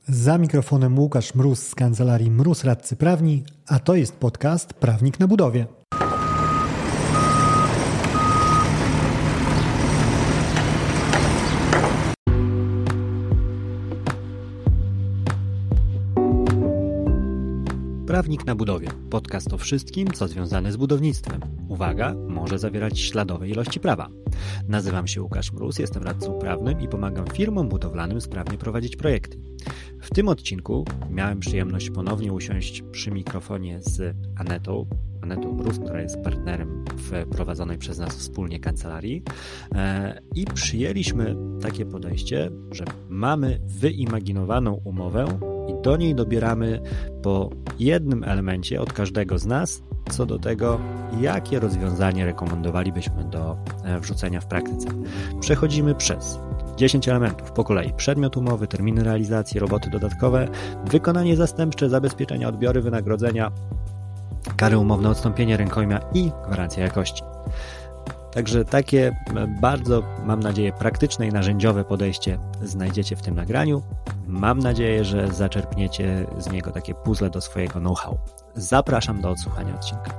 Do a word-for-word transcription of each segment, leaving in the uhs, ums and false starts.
Za mikrofonem Łukasz Mróz z kancelarii Mróz Radcy Prawni, a to jest podcast Prawnik na budowie. Prawnik na budowie. Podcast o wszystkim, co związane z budownictwem. Uwaga, może zawierać śladowe ilości prawa. Nazywam się Łukasz Mróz, jestem radcą prawnym i pomagam firmom budowlanym sprawnie prowadzić projekty. W tym odcinku miałem przyjemność ponownie usiąść przy mikrofonie z Anetą, Anetą Mróz, która jest partnerem w prowadzonej przez nas wspólnie kancelarii i przyjęliśmy takie podejście, że mamy wyimaginowaną umowę i do niej dobieramy po jednym elemencie od każdego z nas, co do tego, jakie rozwiązanie rekomendowalibyśmy do wrzucenia w praktyce. Przechodzimy przez dziesięć elementów po kolei. Przedmiot umowy, terminy realizacji, roboty dodatkowe, wykonanie zastępcze, zabezpieczenia, odbiory wynagrodzenia, kary umowne, odstąpienie rękojmia i gwarancja jakości. Także takie bardzo, mam nadzieję, praktyczne i narzędziowe podejście znajdziecie w tym nagraniu. Mam nadzieję, że zaczerpniecie z niego takie puzzle do swojego know-how. Zapraszam do odsłuchania odcinka.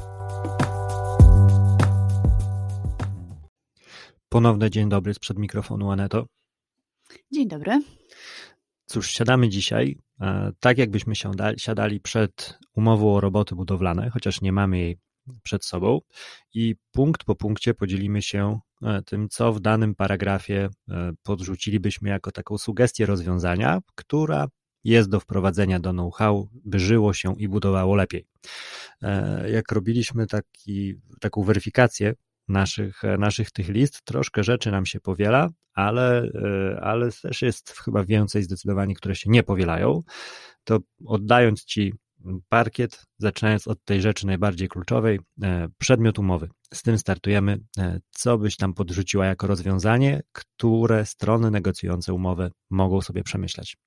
Ponowny dzień dobry sprzed mikrofonu, Aneto. Dzień dobry. Cóż, siadamy dzisiaj, tak jakbyśmy siadali przed umową o roboty budowlane, chociaż nie mamy jej przed sobą i punkt po punkcie podzielimy się tym, co w danym paragrafie podrzucilibyśmy jako taką sugestię rozwiązania, która jest do wprowadzenia do know-how, by żyło się i budowało lepiej. Jak robiliśmy taki, taką weryfikację naszych, naszych tych list, troszkę rzeczy nam się powiela, ale, ale też jest chyba więcej zdecydowanie, które się nie powielają. To oddając Ci parkiet, zaczynając od tej rzeczy najbardziej kluczowej, przedmiot umowy. Z tym startujemy. Co byś tam podrzuciła jako rozwiązanie, które strony negocjujące umowę mogą sobie przemyśleć?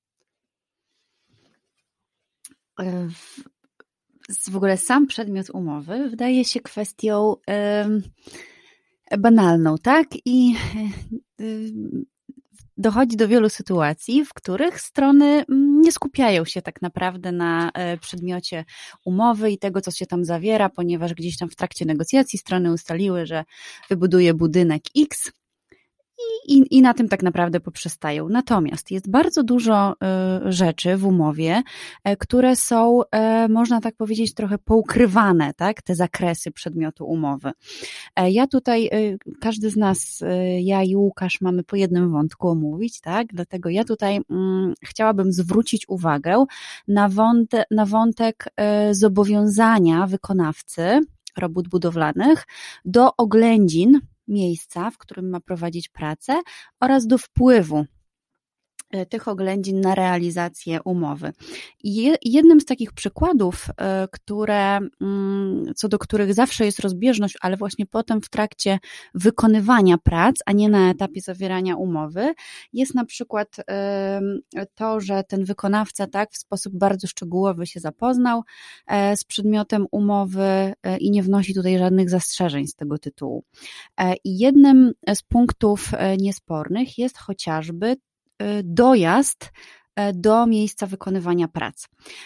W ogóle sam przedmiot umowy wydaje się kwestią y, banalną, tak? I y, dochodzi do wielu sytuacji, w których strony nie skupiają się tak naprawdę na przedmiocie umowy i tego, co się tam zawiera, ponieważ gdzieś tam w trakcie negocjacji strony ustaliły, że wybuduje budynek X i, i, i na tym tak naprawdę poprzestają. Natomiast jest bardzo dużo y, rzeczy w umowie, y, które są, y, można tak powiedzieć, trochę poukrywane, tak? Te zakresy przedmiotu umowy. Y, ja tutaj, y, każdy z nas, y, ja i Łukasz mamy po jednym wątku omówić, tak? Dlatego ja tutaj y, chciałabym zwrócić uwagę na, wąte, na wątek y, zobowiązania wykonawcy robót budowlanych do oględzin miejsca, w którym ma prowadzić pracę oraz do wpływu tych oględzin na realizację umowy. I jednym z takich przykładów, które, co do których zawsze jest rozbieżność, ale właśnie potem w trakcie wykonywania prac, a nie na etapie zawierania umowy, jest na przykład to, że ten wykonawca tak w sposób bardzo szczegółowy się zapoznał z przedmiotem umowy i nie wnosi tutaj żadnych zastrzeżeń z tego tytułu. I jednym z punktów niespornych jest chociażby dojazd do miejsca wykonywania prac.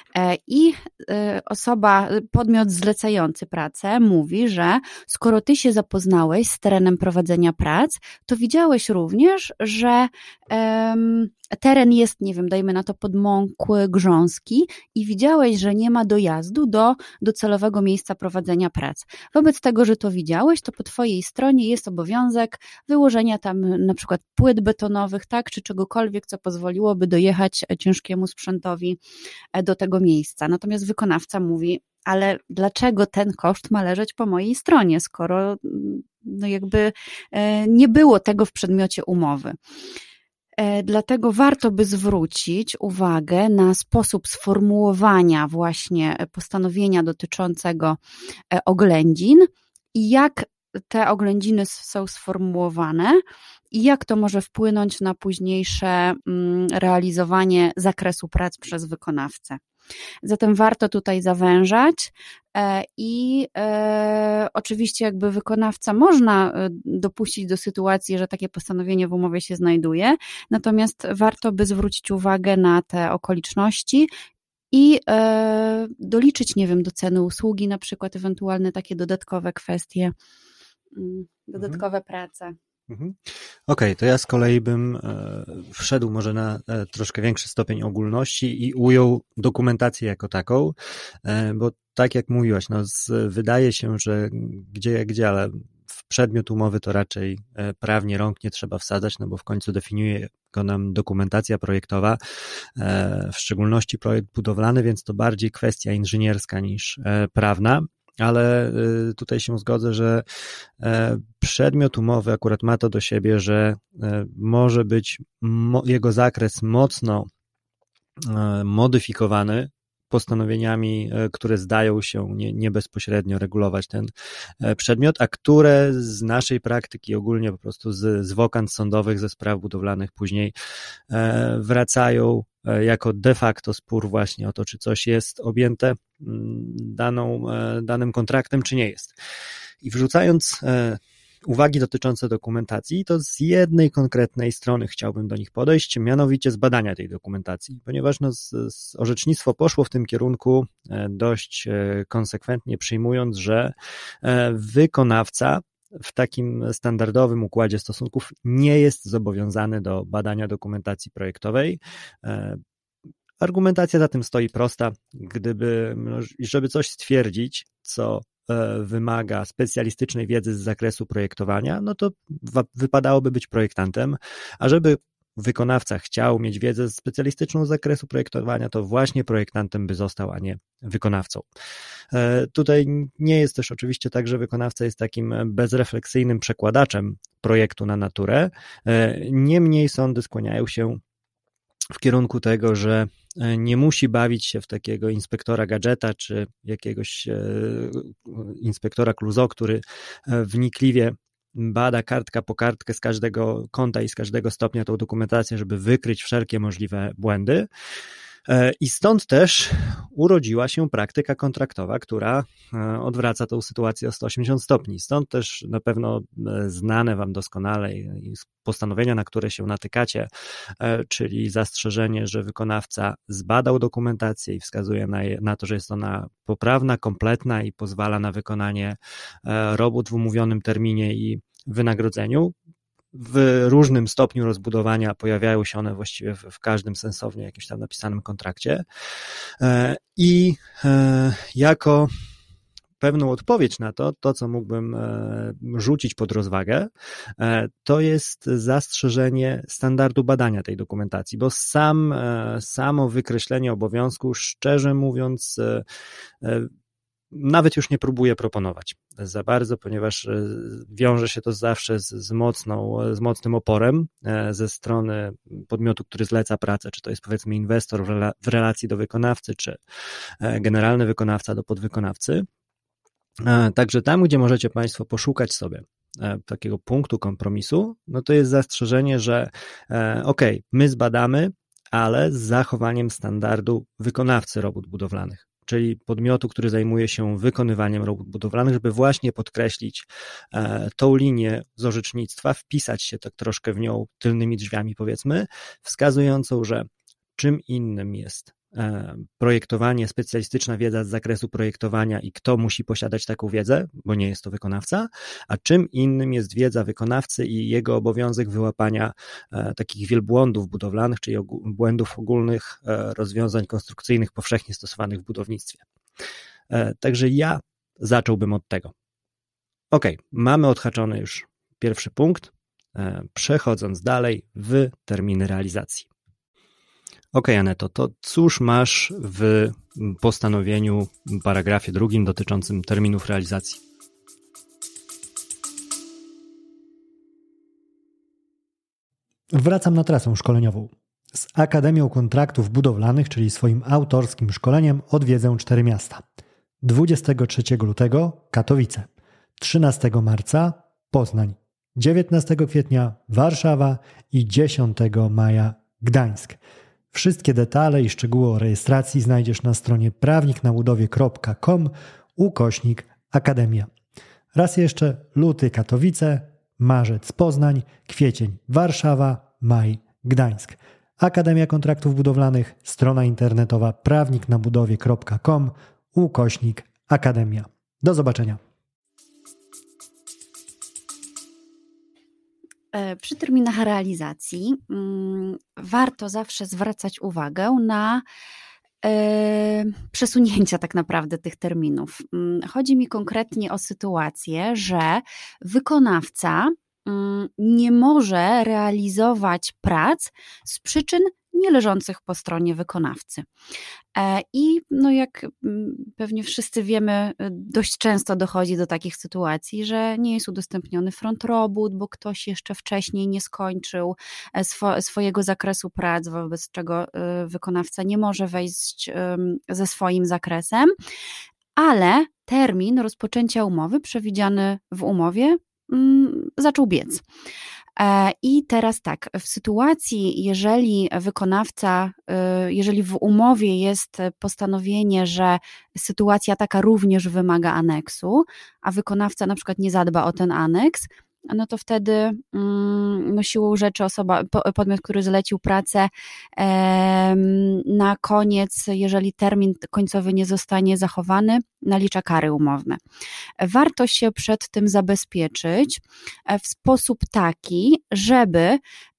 I osoba, podmiot zlecający pracę mówi, że skoro ty się zapoznałeś z terenem prowadzenia prac, to widziałeś również, że um, teren jest, nie wiem, dajmy na to podmokły, grząski i widziałeś, że nie ma dojazdu do docelowego miejsca prowadzenia prac. Wobec tego, że to widziałeś, to po twojej stronie jest obowiązek wyłożenia tam na przykład płyt betonowych, tak, czy czegokolwiek, co pozwoliłoby dojechać ciężkiemu sprzętowi do tego miejsca. Natomiast wykonawca mówi, ale dlaczego ten koszt ma leżeć po mojej stronie, skoro no jakby nie było tego w przedmiocie umowy. Dlatego warto by zwrócić uwagę na sposób sformułowania właśnie postanowienia dotyczącego oględzin i jak te oględziny są sformułowane i jak to może wpłynąć na późniejsze realizowanie zakresu prac przez wykonawcę. Zatem warto tutaj zawężać i e, oczywiście jakby wykonawca można dopuścić do sytuacji, że takie postanowienie w umowie się znajduje, natomiast warto by zwrócić uwagę na te okoliczności i e, doliczyć, nie wiem, do ceny usługi na przykład ewentualne takie dodatkowe kwestie, dodatkowe mhm. prace. Mhm. Okej, okay, to ja z kolei bym e, wszedł może na e, troszkę większy stopień ogólności i ujął dokumentację jako taką, e, bo tak jak mówiłaś, no z, wydaje się, że gdzie jak gdzie, ale w przedmiot umowy to raczej e, prawnie rąk nie trzeba wsadzać, no bo w końcu definiuje go nam dokumentacja projektowa, e, w szczególności projekt budowlany, więc to bardziej kwestia inżynierska niż e, prawna. Ale tutaj się zgodzę, że przedmiot umowy akurat ma to do siebie, że może być jego zakres mocno modyfikowany postanowieniami, które zdają się nie, nie bezpośrednio regulować ten przedmiot, a które z naszej praktyki ogólnie po prostu z, z wokant sądowych, ze spraw budowlanych później wracają jako de facto spór właśnie o to, czy coś jest objęte daną, danym kontraktem, czy nie jest. I wrzucając uwagi dotyczące dokumentacji, to z jednej konkretnej strony chciałbym do nich podejść, mianowicie z badania tej dokumentacji, ponieważ no z, z orzecznictwo poszło w tym kierunku dość konsekwentnie, przyjmując, że wykonawca w takim standardowym układzie stosunków nie jest zobowiązany do badania dokumentacji projektowej. Argumentacja za tym stoi prosta. Gdyby, żeby coś stwierdzić, co wymaga specjalistycznej wiedzy z zakresu projektowania, no to wypadałoby być projektantem, a żeby wykonawca chciał mieć wiedzę specjalistyczną z zakresu projektowania, to właśnie projektantem by został, a nie wykonawcą. Tutaj nie jest też oczywiście tak, że wykonawca jest takim bezrefleksyjnym przekładaczem projektu na naturę. Niemniej sądy skłaniają się w kierunku tego, że nie musi bawić się w takiego inspektora gadżeta czy jakiegoś inspektora Clouseau, który wnikliwie bada kartka po kartkę z każdego kąta i z każdego stopnia tą dokumentację, żeby wykryć wszelkie możliwe błędy. I stąd też urodziła się praktyka kontraktowa, która odwraca tą sytuację o sto osiemdziesiąt stopni. Stąd też na pewno znane wam doskonale postanowienia, na które się natykacie, czyli zastrzeżenie, że wykonawca zbadał dokumentację i wskazuje na, na to, że jest ona poprawna, kompletna i pozwala na wykonanie robót w umówionym terminie i wynagrodzeniu. W różnym stopniu rozbudowania pojawiają się one właściwie w, w każdym sensownie jakimś tam napisanym kontrakcie. I jako pewną odpowiedź na to, to co mógłbym rzucić pod rozwagę, to jest zastrzeżenie standardu badania tej dokumentacji, bo sam, samo wykreślenie obowiązku, szczerze mówiąc, nawet już nie próbuję proponować za bardzo, ponieważ wiąże się to zawsze z, z, mocną, z mocnym oporem ze strony podmiotu, który zleca pracę, czy to jest powiedzmy inwestor w, rela- w relacji do wykonawcy, czy generalny wykonawca do podwykonawcy. Także tam, gdzie możecie Państwo poszukać sobie takiego punktu kompromisu, no to jest zastrzeżenie, że okej, okay, my zbadamy, ale z zachowaniem standardu wykonawcy robót budowlanych, czyli podmiotu, który zajmuje się wykonywaniem robót budowlanych, żeby właśnie podkreślić e, tą linię z orzecznictwa, wpisać się tak troszkę w nią tylnymi drzwiami, powiedzmy, wskazującą, że czym innym jest e, projektowanie, specjalistyczna wiedza z zakresu projektowania i kto musi posiadać taką wiedzę, bo nie jest to wykonawca, a czym innym jest wiedza wykonawcy i jego obowiązek wyłapania e, takich wielbłądów budowlanych, czyli ogó- błędów ogólnych e, rozwiązań konstrukcyjnych powszechnie stosowanych w budownictwie. E, także ja zacząłbym od tego. Ok, mamy odhaczony już pierwszy punkt, e, przechodząc dalej w terminy realizacji. Ok, Aneto, to cóż masz w postanowieniu, paragrafie drugim dotyczącym terminów realizacji? Wracam na trasę szkoleniową. Z Akademią Kontraktów Budowlanych, czyli swoim autorskim szkoleniem, odwiedzę cztery miasta. dwudziestego trzeciego lutego Katowice, trzynastego marca Poznań, dziewiętnastego kwietnia Warszawa i dziesiątego maja Gdańsk. Wszystkie detale i szczegóły o rejestracji znajdziesz na stronie prawniknabudowie kropka com ukośnik Akademia. Raz jeszcze luty Katowice, marzec Poznań, kwiecień Warszawa, maj Gdańsk. Akademia Kontraktów Budowlanych, strona internetowa prawniknabudowie kropka com ukośnik Akademia. Do zobaczenia. Przy terminach realizacji hmm, warto zawsze zwracać uwagę na e, przesunięcia tak naprawdę tych terminów. Chodzi mi konkretnie o sytuację, że wykonawca hmm, nie może realizować prac z przyczyn nie leżących po stronie wykonawcy. I no jak pewnie wszyscy wiemy, dość często dochodzi do takich sytuacji, że nie jest udostępniony front robót, bo ktoś jeszcze wcześniej nie skończył swo- swojego zakresu prac, wobec czego wykonawca nie może wejść ze swoim zakresem, ale termin rozpoczęcia umowy przewidziany w umowie zaczął biec. I teraz tak, w sytuacji, jeżeli wykonawca, jeżeli w umowie jest postanowienie, że sytuacja taka również wymaga aneksu, a wykonawca na przykład nie zadba o ten aneks, no to wtedy no siłą rzeczy osoba, podmiot, który zlecił pracę, na koniec, jeżeli termin końcowy nie zostanie zachowany, nalicza kary umowne. Warto się przed tym zabezpieczyć w sposób taki, żeby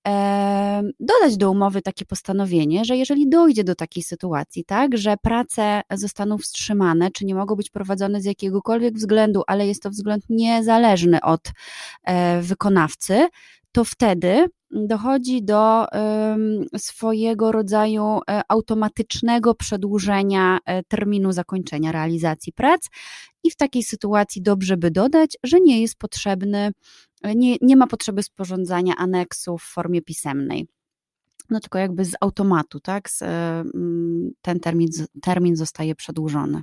dodać do umowy takie postanowienie, że jeżeli dojdzie do takiej sytuacji, tak, że prace zostaną wstrzymane, czy nie mogą być prowadzone z jakiegokolwiek względu, ale jest to wzgląd niezależny od wykonawcy, to wtedy dochodzi do swojego rodzaju automatycznego przedłużenia terminu zakończenia realizacji prac i w takiej sytuacji dobrze by dodać, że nie jest potrzebny, nie, nie ma potrzeby sporządzania aneksu w formie pisemnej. No tylko jakby z automatu, tak, ten termin, termin zostaje przedłużony.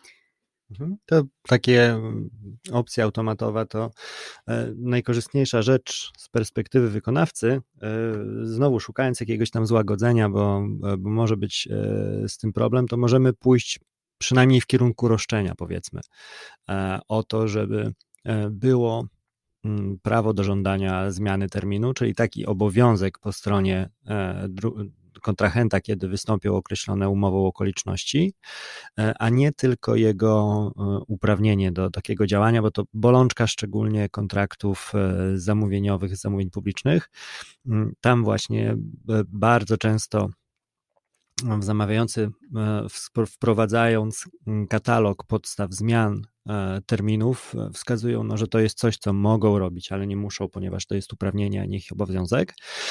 To takie opcja automatowa to najkorzystniejsza rzecz z perspektywy wykonawcy, znowu szukając jakiegoś tam złagodzenia, bo, bo może być z tym problem, to możemy pójść przynajmniej w kierunku roszczenia, powiedzmy, o to, żeby było prawo do żądania zmiany terminu, czyli taki obowiązek po stronie kontrahenta, kiedy wystąpią określone umową okoliczności, a nie tylko jego uprawnienie do takiego działania, bo to bolączka szczególnie kontraktów zamówieniowych, zamówień publicznych. Tam właśnie bardzo często zamawiający, wprowadzając katalog podstaw zmian terminów, wskazują, no, że to jest coś, co mogą robić, ale nie muszą, ponieważ to jest uprawnienie, a nie ich obowiązek.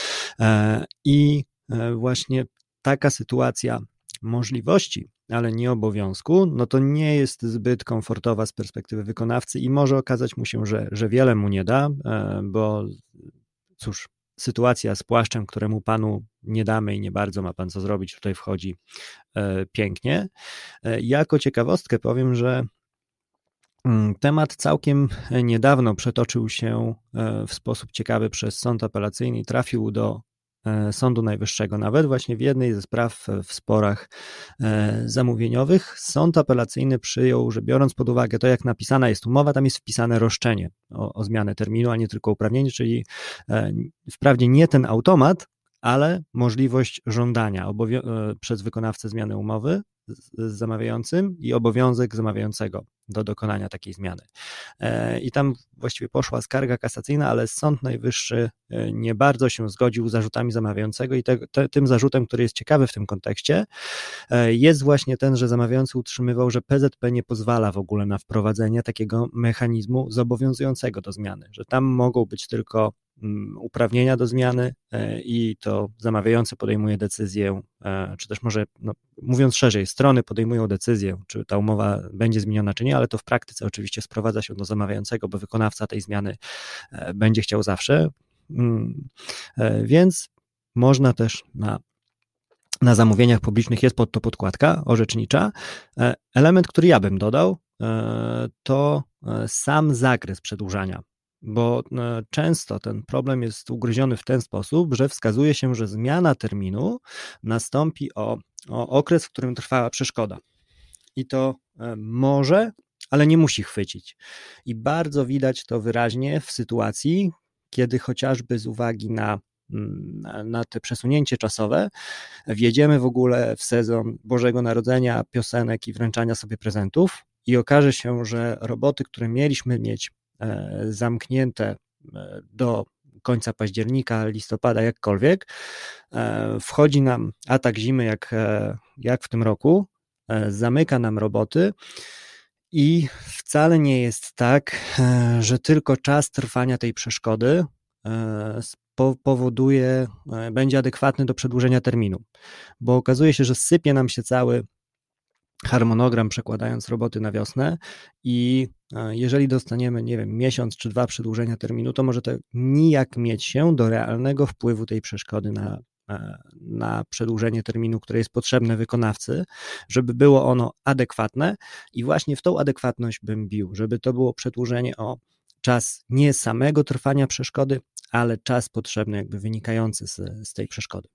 I właśnie taka sytuacja możliwości, ale nie obowiązku, no to nie jest zbyt komfortowa z perspektywy wykonawcy i może okazać mu się, że, że wiele mu nie da, bo cóż, sytuacja z płaszczem, któremu panu nie damy i nie bardzo ma pan co zrobić, tutaj wchodzi pięknie. Jako ciekawostkę powiem, że temat całkiem niedawno przetoczył się w sposób ciekawy przez sąd apelacyjny i trafił do Sądu Najwyższego. Nawet właśnie w jednej ze spraw w sporach zamówieniowych sąd apelacyjny przyjął, że biorąc pod uwagę to, jak napisana jest umowa, tam jest wpisane roszczenie o, o zmianę terminu, a nie tylko uprawnienie, czyli wprawdzie nie ten automat, ale możliwość żądania obowią- przez wykonawcę zmiany umowy z, z zamawiającym i obowiązek zamawiającego do dokonania takiej zmiany. I tam właściwie poszła skarga kasacyjna, ale Sąd Najwyższy nie bardzo się zgodził z zarzutami zamawiającego i te, te, tym zarzutem, który jest ciekawy w tym kontekście, jest właśnie ten, że zamawiający utrzymywał, że P Z P nie pozwala w ogóle na wprowadzenie takiego mechanizmu zobowiązującego do zmiany, że tam mogą być tylko uprawnienia do zmiany i to zamawiający podejmuje decyzję, czy też może, no, mówiąc szerzej, strony podejmują decyzję, czy ta umowa będzie zmieniona, czy nie, ale to w praktyce oczywiście sprowadza się do zamawiającego, bo wykonawca tej zmiany będzie chciał zawsze, więc można też na na zamówieniach publicznych jest pod to podkładka orzecznicza. Element, który ja bym dodał, to sam zakres przedłużania bo często ten problem jest ugryziony w ten sposób, że wskazuje się, że zmiana terminu nastąpi o, o okres, w którym trwała przeszkoda. I to może, ale nie musi chwycić. I bardzo widać to wyraźnie w sytuacji, kiedy chociażby z uwagi na, na, na te przesunięcie czasowe wjedziemy w ogóle w sezon Bożego Narodzenia, piosenek i wręczania sobie prezentów i okaże się, że roboty, które mieliśmy mieć e, zamknięte e, do końca października, listopada, jakkolwiek, e, wchodzi nam atak zimy jak, e, jak w tym roku, e, zamyka nam roboty i wcale nie jest tak, e, że tylko czas trwania tej przeszkody e, powoduje, będzie adekwatny do przedłużenia terminu, bo okazuje się, że sypie nam się cały harmonogram, przekładając roboty na wiosnę i jeżeli dostaniemy, nie wiem, miesiąc czy dwa przedłużenia terminu, to może to nijak mieć się do realnego wpływu tej przeszkody na, na przedłużenie terminu, które jest potrzebne wykonawcy, żeby było ono adekwatne i właśnie w tą adekwatność bym bił, żeby to było przedłużenie o czas nie samego trwania przeszkody, ale czas potrzebny jakby wynikający z, z tej przeszkody.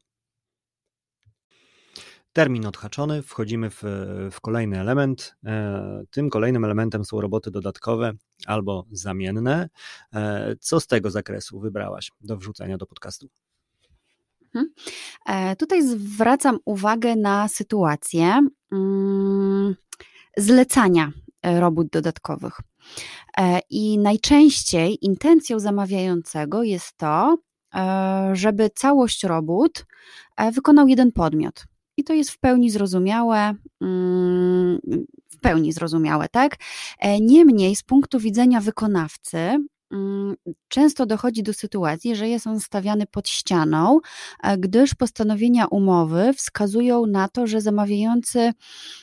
Termin odhaczony, wchodzimy w, w kolejny element. Tym kolejnym elementem są roboty dodatkowe albo zamienne. Co z tego zakresu wybrałaś do wrzucenia do podcastu? Hmm. E, tutaj zwracam uwagę na sytuację mm, zlecania robót dodatkowych. E, I najczęściej intencją zamawiającego jest to, e, żeby całość robót e, wykonał jeden podmiot. I to jest w pełni zrozumiałe, w pełni zrozumiałe, tak? Niemniej z punktu widzenia wykonawcy często dochodzi do sytuacji, że jest on stawiany pod ścianą, gdyż postanowienia umowy wskazują na to, że zamawiający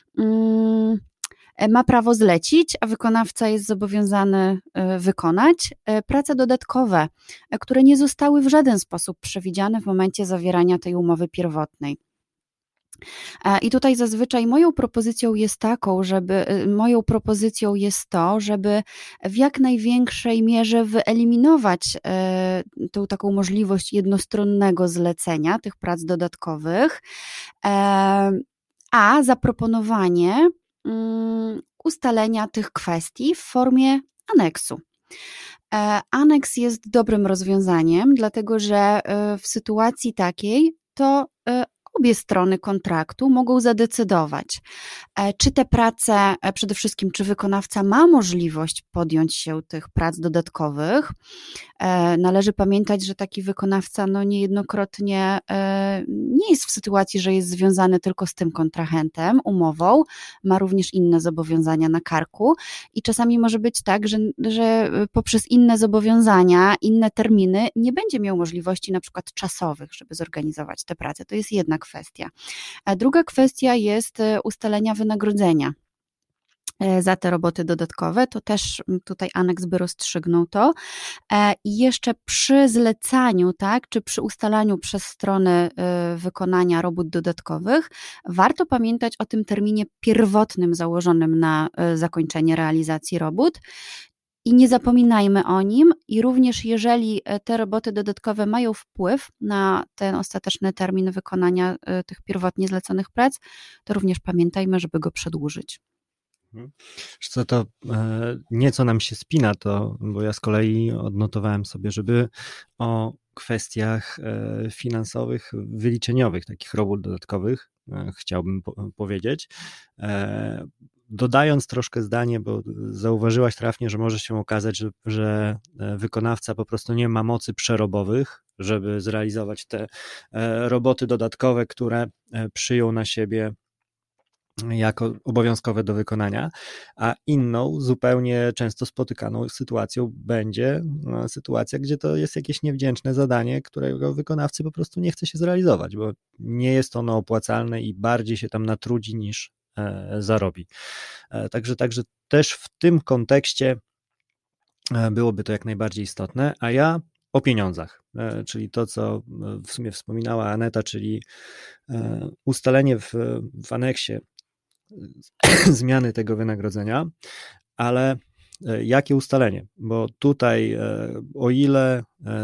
ma prawo zlecić, a wykonawca jest zobowiązany wykonać prace dodatkowe, które nie zostały w żaden sposób przewidziane w momencie zawierania tej umowy pierwotnej. I tutaj zazwyczaj moją propozycją jest taką, żeby moją propozycją jest to, żeby w jak największej mierze wyeliminować tą taką możliwość jednostronnego zlecenia tych prac dodatkowych, a zaproponowanie ustalenia tych kwestii w formie aneksu. Aneks jest dobrym rozwiązaniem, dlatego że w sytuacji takiej to obie strony kontraktu mogą zadecydować, czy te prace, przede wszystkim czy wykonawca ma możliwość podjąć się tych prac dodatkowych. Należy pamiętać, że taki wykonawca no niejednokrotnie nie jest w sytuacji, że jest związany tylko z tym kontrahentem, umową, ma również inne zobowiązania na karku i czasami może być tak, że, że poprzez inne zobowiązania, inne terminy nie będzie miał możliwości na przykład czasowych, żeby zorganizować te prace. To jest jedna kwestia. A druga kwestia jest ustalenia wynagrodzenia za te roboty dodatkowe, to też tutaj aneks by rozstrzygnął to. I jeszcze przy zlecaniu, tak, czy przy ustalaniu przez stronę wykonania robót dodatkowych, warto pamiętać o tym terminie pierwotnym założonym na zakończenie realizacji robót. I nie zapominajmy o nim i również jeżeli te roboty dodatkowe mają wpływ na ten ostateczny termin wykonania tych pierwotnie zleconych prac, to również pamiętajmy, żeby go przedłużyć. Co to e, nieco nam się spina, to, bo ja z kolei odnotowałem sobie, żeby o kwestiach e, finansowych, wyliczeniowych, takich robót dodatkowych e, chciałbym po, powiedzieć. E, Dodając troszkę zdanie, bo zauważyłaś trafnie, że może się okazać, że, że wykonawca po prostu nie ma mocy przerobowych, żeby zrealizować te roboty dodatkowe, które przyjął na siebie jako obowiązkowe do wykonania, a inną, zupełnie często spotykaną sytuacją będzie no, sytuacja, gdzie to jest jakieś niewdzięczne zadanie, którego wykonawcy po prostu nie chce się zrealizować, bo nie jest ono opłacalne i bardziej się tam natrudzi niż zarobi. Także, także też w tym kontekście byłoby to jak najbardziej istotne, a ja o pieniądzach, czyli to, co w sumie wspominała Aneta, czyli ustalenie w, w aneksie zmiany tego wynagrodzenia, ale jakie ustalenie? Bo tutaj, o ile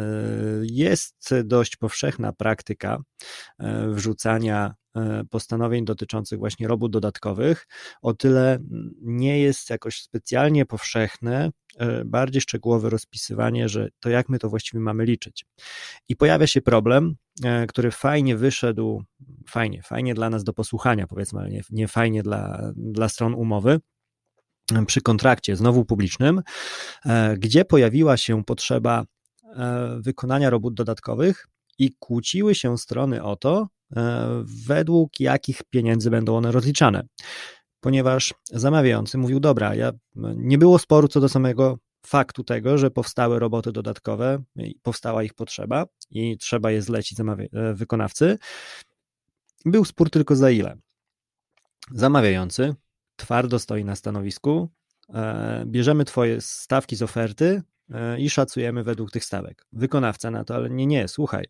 jest dość powszechna praktyka wrzucania postanowień dotyczących właśnie robót dodatkowych, o tyle nie jest jakoś specjalnie powszechne bardziej szczegółowe rozpisywanie, że to jak my to właściwie mamy liczyć. I pojawia się problem, który fajnie wyszedł, fajnie, fajnie dla nas do posłuchania, powiedzmy, ale nie, nie fajnie dla, dla stron umowy, przy kontrakcie znowu publicznym, gdzie pojawiła się potrzeba wykonania robót dodatkowych i kłóciły się strony o to, według jakich pieniędzy będą one rozliczane. Ponieważ zamawiający mówił, dobra, ja, nie było sporu co do samego faktu tego, że powstały roboty dodatkowe, powstała ich potrzeba i trzeba je zlecić zamawia- wykonawcy. Był spór tylko za ile. Zamawiający twardo stoi na stanowisku, bierzemy twoje stawki z oferty i szacujemy według tych stawek. Wykonawca na to, ale nie, nie, słuchaj,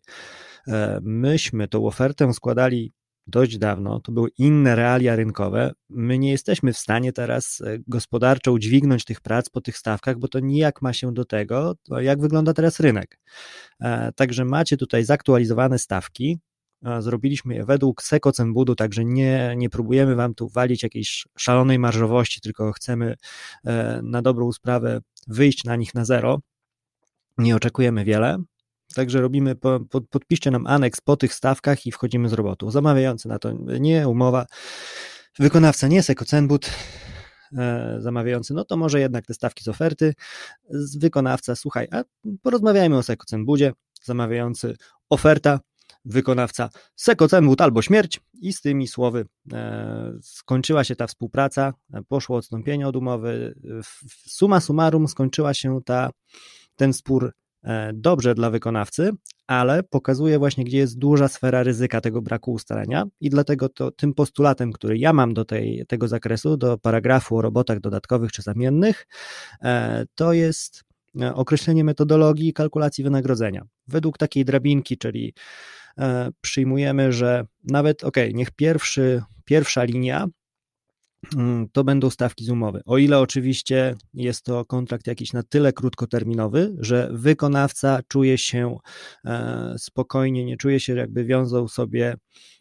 myśmy tą ofertę składali dość dawno, to były inne realia rynkowe, my nie jesteśmy w stanie teraz gospodarczo udźwignąć tych prac po tych stawkach, bo to nijak ma się do tego, jak wygląda teraz rynek. Także macie tutaj zaktualizowane stawki, zrobiliśmy je według S E C O cen budu, także nie, nie próbujemy wam tu walić jakiejś szalonej marżowości, tylko chcemy na dobrą sprawę wyjść na nich na zero, nie oczekujemy wiele. Także robimy, po, po, podpiszcie nam aneks po tych stawkach i wchodzimy z robotu. Zamawiający na to nie, umowa, wykonawca nie, S E C O cen bud, e, zamawiający, no to może jednak te stawki z oferty, z wykonawca, słuchaj, a porozmawiajmy o S E C O cen budzie, zamawiający, oferta, wykonawca, S E C O cen bud albo śmierć i z tymi słowy e, skończyła się ta współpraca, poszło odstąpienie od umowy, summa summarum skończyła się ta, ten spór dobrze dla wykonawcy, ale pokazuje właśnie, gdzie jest duża sfera ryzyka tego braku ustalenia i dlatego to tym postulatem, który ja mam do tej, tego zakresu, do paragrafu o robotach dodatkowych czy zamiennych, to jest określenie metodologii kalkulacji wynagrodzenia. Według takiej drabinki, czyli przyjmujemy, że nawet, ok, niech pierwszy, pierwsza linia to będą stawki z umowy. O ile oczywiście jest to kontrakt jakiś na tyle krótkoterminowy, że wykonawca czuje się spokojnie, nie czuje się jakby wiązał sobie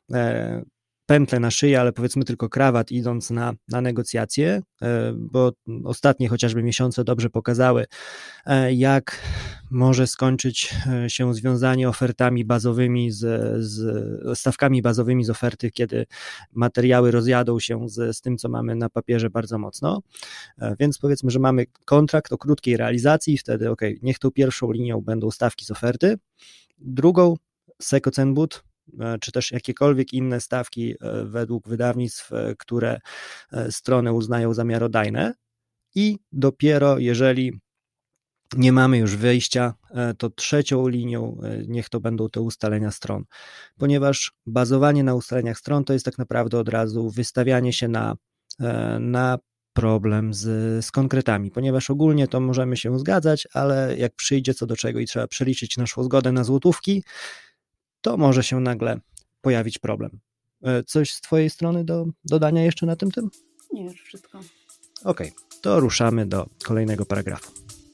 pętlę na szyję, ale powiedzmy tylko krawat idąc na, na negocjacje, bo ostatnie chociażby miesiące dobrze pokazały, jak może skończyć się związanie ofertami bazowymi z, z stawkami bazowymi z oferty, kiedy materiały rozjadą się z, z tym, co mamy na papierze bardzo mocno, więc powiedzmy, że mamy kontrakt o krótkiej realizacji i wtedy ok, niech tą pierwszą linią będą stawki z oferty, drugą S E C O cen bud, czy też jakiekolwiek inne stawki według wydawnictw, które strony uznają za miarodajne i dopiero jeżeli nie mamy już wyjścia, to trzecią linią niech to będą te ustalenia stron, ponieważ bazowanie na ustaleniach stron to jest tak naprawdę od razu wystawianie się na, na problem z, z konkretami, ponieważ ogólnie to możemy się zgadzać, ale jak przyjdzie co do czego i trzeba przeliczyć naszą zgodę na złotówki, to może się nagle pojawić problem. Coś z twojej strony do dodania jeszcze na tym tym? Nie, już wszystko. Okej, to ruszamy do kolejnego paragrafu.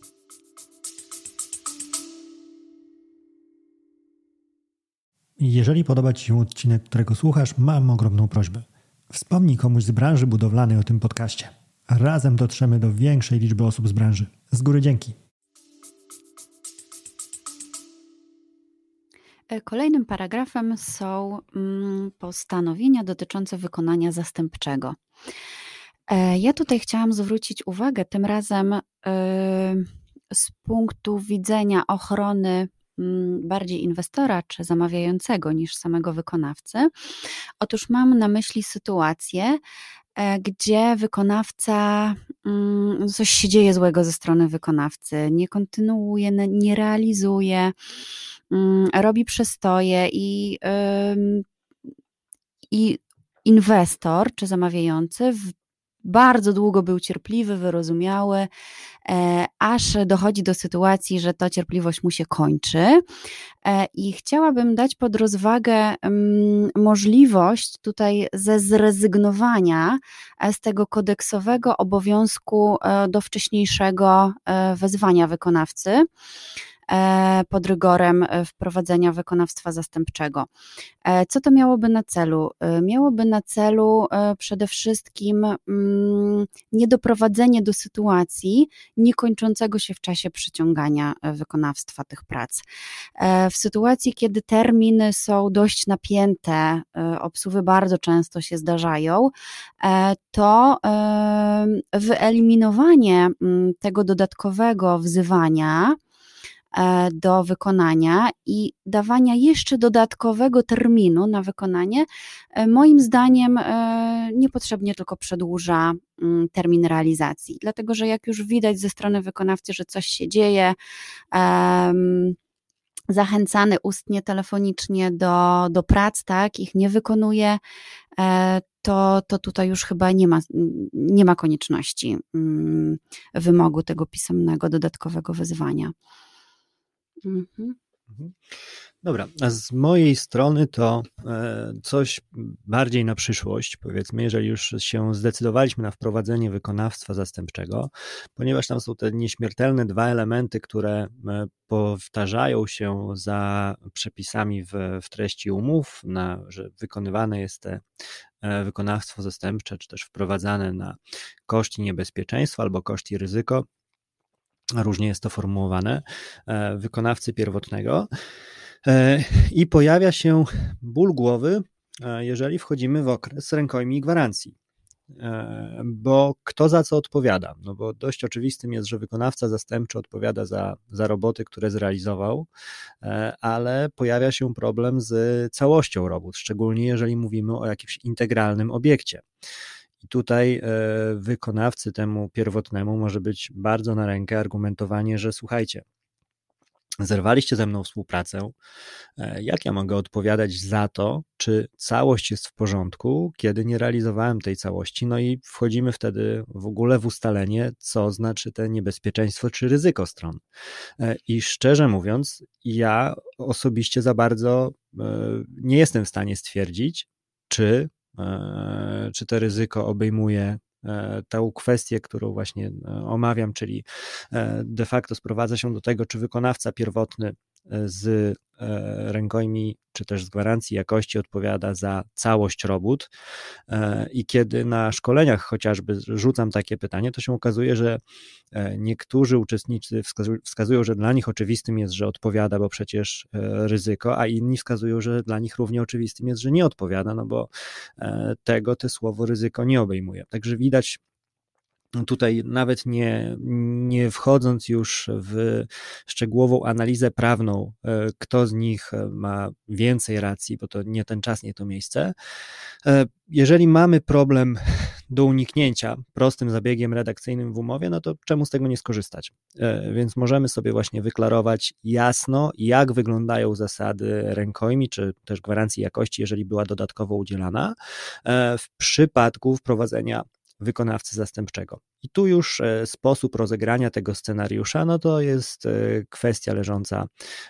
Jeżeli podoba ci się odcinek, którego słuchasz, mam ogromną prośbę. Wspomnij komuś z branży budowlanej o tym podcaście. Razem dotrzemy do większej liczby osób z branży. Z góry dzięki. Kolejnym paragrafem są postanowienia dotyczące wykonania zastępczego. Ja tutaj chciałam zwrócić uwagę tym razem z punktu widzenia ochrony bardziej inwestora czy zamawiającego niż samego wykonawcy. Otóż mam na myśli sytuację, gdzie wykonawca, coś się dzieje złego ze strony wykonawcy, nie kontynuuje, nie realizuje, robi przestoje i, i inwestor czy zamawiający bardzo długo był cierpliwy, wyrozumiały, aż dochodzi do sytuacji, że ta cierpliwość mu się kończy. I chciałabym dać pod rozwagę możliwość tutaj ze zrezygnowania z tego kodeksowego obowiązku do wcześniejszego wezwania wykonawcy pod rygorem wprowadzenia wykonawstwa zastępczego. Co to miałoby na celu? Miałoby na celu przede wszystkim niedoprowadzenie do sytuacji niekończącego się w czasie przyciągania wykonawstwa tych prac. W sytuacji, kiedy terminy są dość napięte, obsuwy bardzo często się zdarzają, to wyeliminowanie tego dodatkowego wzywania do wykonania i dawania jeszcze dodatkowego terminu na wykonanie, moim zdaniem niepotrzebnie tylko przedłuża termin realizacji, dlatego że jak już widać ze strony wykonawcy, że coś się dzieje, zachęcany ustnie, telefonicznie do, do prac, tak, ich nie wykonuje, to, to tutaj już chyba nie ma, nie ma konieczności wymogu tego pisemnego, dodatkowego wezwania. Mhm. Dobra, a z mojej strony to coś bardziej na przyszłość, powiedzmy, jeżeli już się zdecydowaliśmy na wprowadzenie wykonawstwa zastępczego, ponieważ tam są te nieśmiertelne dwa elementy, które powtarzają się za przepisami w, w treści umów, na, że wykonywane jest te wykonawstwo zastępcze, czy też wprowadzane na koszt i niebezpieczeństwo albo koszt i ryzyko, różnie jest to formułowane, wykonawcy pierwotnego i pojawia się ból głowy, jeżeli wchodzimy w okres rękojmi i gwarancji, bo kto za co odpowiada? No bo dość oczywistym jest, że wykonawca zastępczy odpowiada za, za roboty, które zrealizował, ale pojawia się problem z całością robót, szczególnie jeżeli mówimy o jakimś integralnym obiekcie. I tutaj wykonawcy temu pierwotnemu może być bardzo na rękę argumentowanie, że słuchajcie, zerwaliście ze mną współpracę, jak ja mogę odpowiadać za to, czy całość jest w porządku, kiedy nie realizowałem tej całości, no i wchodzimy wtedy w ogóle w ustalenie, co znaczy te niebezpieczeństwo czy ryzyko stron. I szczerze mówiąc, ja osobiście za bardzo nie jestem w stanie stwierdzić, czy czy to ryzyko obejmuje tę kwestię, którą właśnie omawiam, czyli de facto sprowadza się do tego, czy wykonawca pierwotny z rękojmi, czy też z gwarancji jakości odpowiada za całość robót i kiedy na szkoleniach chociażby rzucam takie pytanie, to się okazuje, że niektórzy uczestnicy wskazują, że dla nich oczywistym jest, że odpowiada, bo przecież ryzyko, a inni wskazują, że dla nich równie oczywistym jest, że nie odpowiada, no bo tego te słowo ryzyko nie obejmuje. Także widać tutaj nawet nie, nie wchodząc już w szczegółową analizę prawną, kto z nich ma więcej racji, bo to nie ten czas, nie to miejsce. Jeżeli mamy problem do uniknięcia prostym zabiegiem redakcyjnym w umowie, no to czemu z tego nie skorzystać? Więc możemy sobie właśnie wyklarować jasno, jak wyglądają zasady rękojmi, czy też gwarancji jakości, jeżeli była dodatkowo udzielana, w przypadku wprowadzenia wykonawcy zastępczego. I tu już sposób rozegrania tego scenariusza, no to jest kwestia leżąca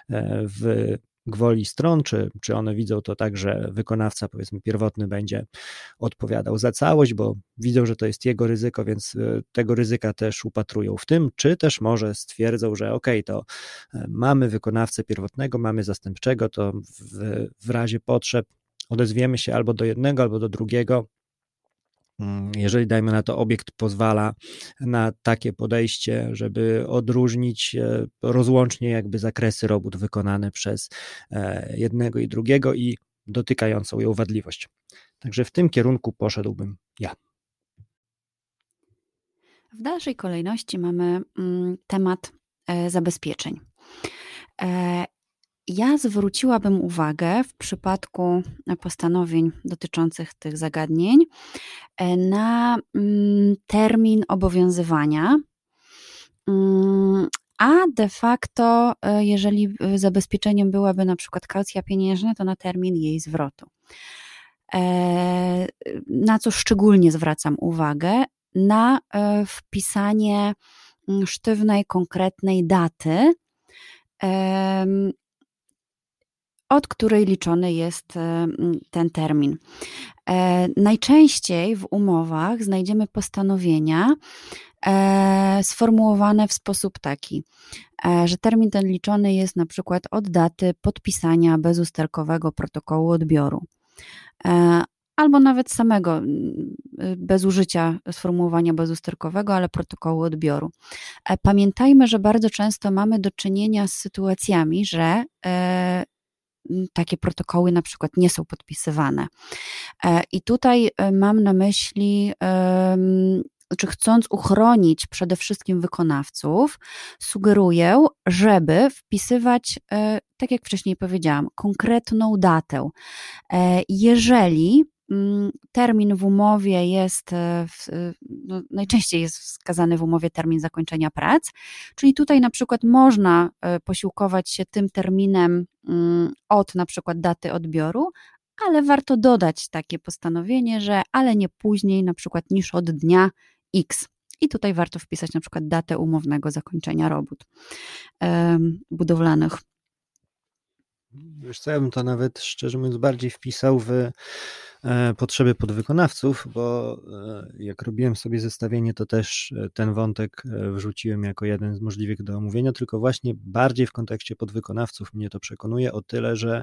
w gwoli stron, czy, czy one widzą to tak, że wykonawca, powiedzmy, pierwotny będzie odpowiadał za całość, bo widzą, że to jest jego ryzyko, więc tego ryzyka też upatrują w tym, czy też może stwierdzą, że ok, to mamy wykonawcę pierwotnego, mamy zastępczego, to w, w razie potrzeb odezwiemy się albo do jednego, albo do drugiego, jeżeli, dajmy na to, obiekt pozwala na takie podejście, żeby odróżnić rozłącznie jakby zakresy robót wykonane przez jednego i drugiego i dotykającą ją wadliwość. Także w tym kierunku poszedłbym ja. W dalszej kolejności mamy temat zabezpieczeń. Ja zwróciłabym uwagę w przypadku postanowień dotyczących tych zagadnień na termin obowiązywania, a de facto, jeżeli zabezpieczeniem byłaby na przykład kaucja pieniężna, to na termin jej zwrotu. Na co szczególnie zwracam uwagę, na wpisanie sztywnej, konkretnej daty, od której liczony jest ten termin. Najczęściej w umowach znajdziemy postanowienia sformułowane w sposób taki, że termin ten liczony jest na przykład od daty podpisania bezusterkowego protokołu odbioru, albo nawet samego, bez użycia sformułowania bezusterkowego, ale protokołu odbioru. Pamiętajmy, że bardzo często mamy do czynienia z sytuacjami, że takie protokoły na przykład nie są podpisywane. I tutaj mam na myśli, czy chcąc uchronić przede wszystkim wykonawców, sugeruję, żeby wpisywać, tak jak wcześniej powiedziałam, konkretną datę. Jeżeli termin w umowie jest, no najczęściej jest wskazany w umowie termin zakończenia prac, czyli tutaj na przykład można posiłkować się tym terminem od na przykład daty odbioru, ale warto dodać takie postanowienie, że ale nie później na przykład niż od dnia X. I tutaj warto wpisać na przykład datę umownego zakończenia robót budowlanych. Wiesz co, ja bym to nawet szczerze mówiąc bardziej wpisał w potrzeby podwykonawców, bo jak robiłem sobie zestawienie, to też ten wątek wrzuciłem jako jeden z możliwych do omówienia, tylko właśnie bardziej w kontekście podwykonawców mnie to przekonuje o tyle, że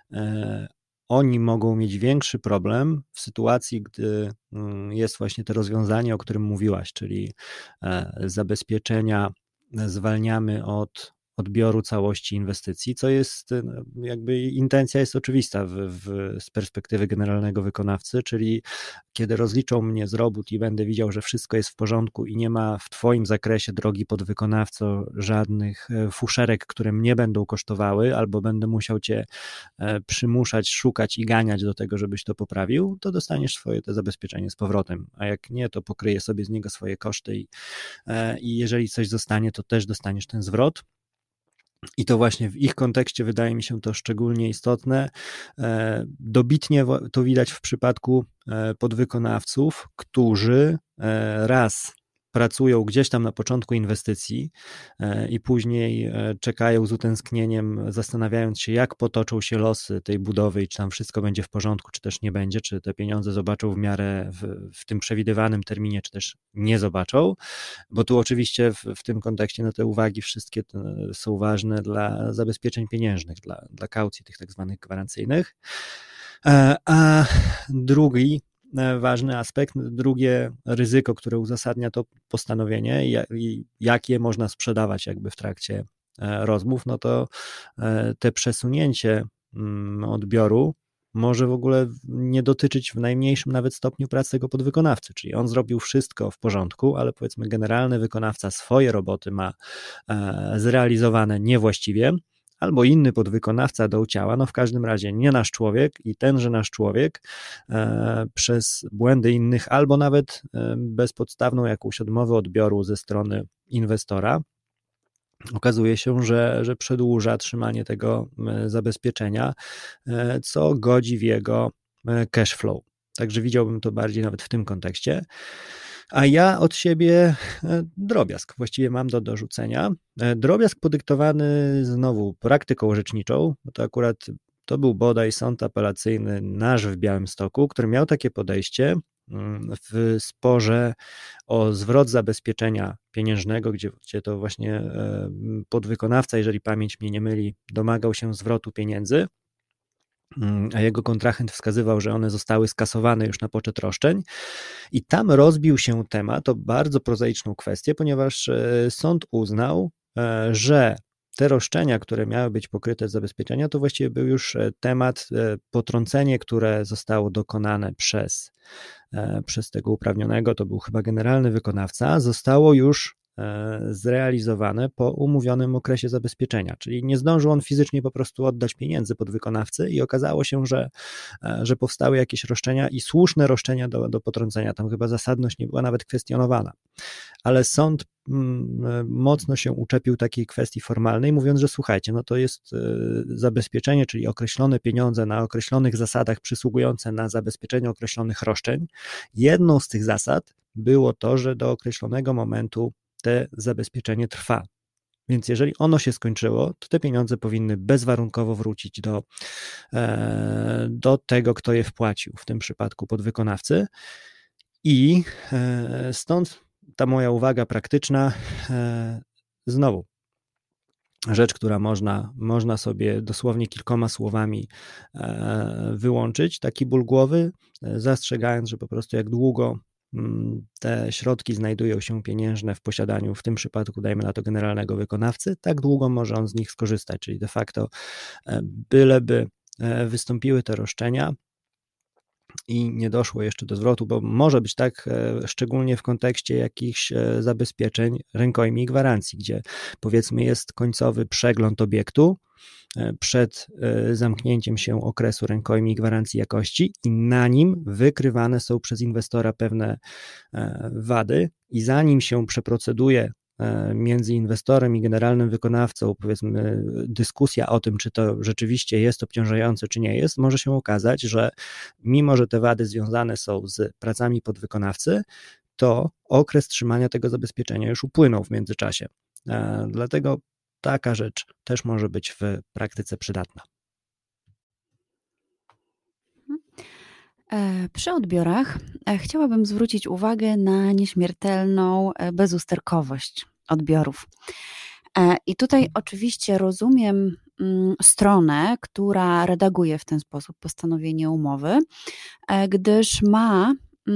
oni mogą mieć większy problem w sytuacji, gdy jest właśnie to rozwiązanie, o którym mówiłaś, czyli zabezpieczenia zwalniamy od odbioru całości inwestycji, co jest jakby intencja jest oczywista w, w, z perspektywy generalnego wykonawcy, czyli kiedy rozliczą mnie z robót i będę widział, że wszystko jest w porządku i nie ma w twoim zakresie, drogi podwykonawco, żadnych fuszerek, które mnie będą kosztowały, albo będę musiał cię przymuszać, szukać i ganiać do tego, żebyś to poprawił, to dostaniesz swoje te zabezpieczenie z powrotem, a jak nie, to pokryję sobie z niego swoje koszty i, i jeżeli coś zostanie, to też dostaniesz ten zwrot. I to właśnie w ich kontekście wydaje mi się to szczególnie istotne. Dobitnie to widać w przypadku podwykonawców, którzy raz pracują gdzieś tam na początku inwestycji i później czekają z utęsknieniem, zastanawiając się, jak potoczą się losy tej budowy i czy tam wszystko będzie w porządku, czy też nie będzie, czy te pieniądze zobaczą w miarę w, w tym przewidywanym terminie, czy też nie zobaczą, bo tu oczywiście w, w tym kontekście no te uwagi wszystkie są ważne dla zabezpieczeń pieniężnych, dla, dla kaucji tych tak zwanych gwarancyjnych. A drugi ważny aspekt, drugie ryzyko, które uzasadnia to postanowienie i jak je można sprzedawać jakby w trakcie rozmów, no to te przesunięcie odbioru może w ogóle nie dotyczyć w najmniejszym nawet stopniu prac tego podwykonawcy, czyli on zrobił wszystko w porządku, ale powiedzmy generalny wykonawca swoje roboty ma zrealizowane niewłaściwie, albo inny podwykonawca do ciała, no w każdym razie nie nasz człowiek i tenże nasz człowiek e, przez błędy innych, albo nawet e, bezpodstawną jakąś odmowę odbioru ze strony inwestora, okazuje się, że, że przedłuża trzymanie tego e, zabezpieczenia, e, co godzi w jego e, cash flow. Także widziałbym to bardziej nawet w tym kontekście. A ja od siebie drobiazg właściwie mam do dorzucenia. Drobiazg podyktowany znowu praktyką orzeczniczą, bo to akurat to był bodaj sąd apelacyjny nasz w Białymstoku, który miał takie podejście w sporze o zwrot zabezpieczenia pieniężnego, gdzie, gdzie to właśnie podwykonawca, jeżeli pamięć mnie nie myli, domagał się zwrotu pieniędzy, a jego kontrahent wskazywał, że one zostały skasowane już na poczet roszczeń i tam rozbił się temat o bardzo prozaiczną kwestię, ponieważ sąd uznał, że te roszczenia, które miały być pokryte z zabezpieczenia, to właściwie był już temat, potrącenie, które zostało dokonane przez, przez tego uprawnionego, to był chyba generalny wykonawca, zostało już zrealizowane po umówionym okresie zabezpieczenia, czyli nie zdążył on fizycznie po prostu oddać pieniędzy podwykonawcy i okazało się, że, że powstały jakieś roszczenia i słuszne roszczenia do, do potrącenia, tam chyba zasadność nie była nawet kwestionowana, ale sąd mocno się uczepił takiej kwestii formalnej, mówiąc, że słuchajcie, no to jest zabezpieczenie, czyli określone pieniądze na określonych zasadach przysługujące na zabezpieczenie określonych roszczeń. Jedną z tych zasad było to, że do określonego momentu te zabezpieczenie trwa. Więc jeżeli ono się skończyło, to te pieniądze powinny bezwarunkowo wrócić do, do tego, kto je wpłacił, w tym przypadku podwykonawcy. I stąd ta moja uwaga praktyczna, znowu, rzecz, która można, można sobie dosłownie kilkoma słowami wyłączyć, taki ból głowy, zastrzegając, że po prostu jak długo te środki znajdują się pieniężne w posiadaniu, w tym przypadku dajmy na to generalnego wykonawcy, tak długo może on z nich skorzystać, czyli de facto byleby wystąpiły te roszczenia i nie doszło jeszcze do zwrotu, bo może być tak, szczególnie w kontekście jakichś zabezpieczeń rękojmi i gwarancji, gdzie powiedzmy jest końcowy przegląd obiektu przed zamknięciem się okresu rękojmi i gwarancji jakości i na nim wykrywane są przez inwestora pewne wady i zanim się przeproceduje między inwestorem i generalnym wykonawcą, powiedzmy, dyskusja o tym, czy to rzeczywiście jest obciążające, czy nie jest, może się okazać, że mimo, że te wady związane są z pracami podwykonawcy, to okres trzymania tego zabezpieczenia już upłynął w międzyczasie. Dlatego taka rzecz też może być w praktyce przydatna. Przy odbiorach chciałabym zwrócić uwagę na nieśmiertelną bezusterkowość odbiorów. I tutaj oczywiście rozumiem stronę, która redaguje w ten sposób postanowienie umowy, gdyż ma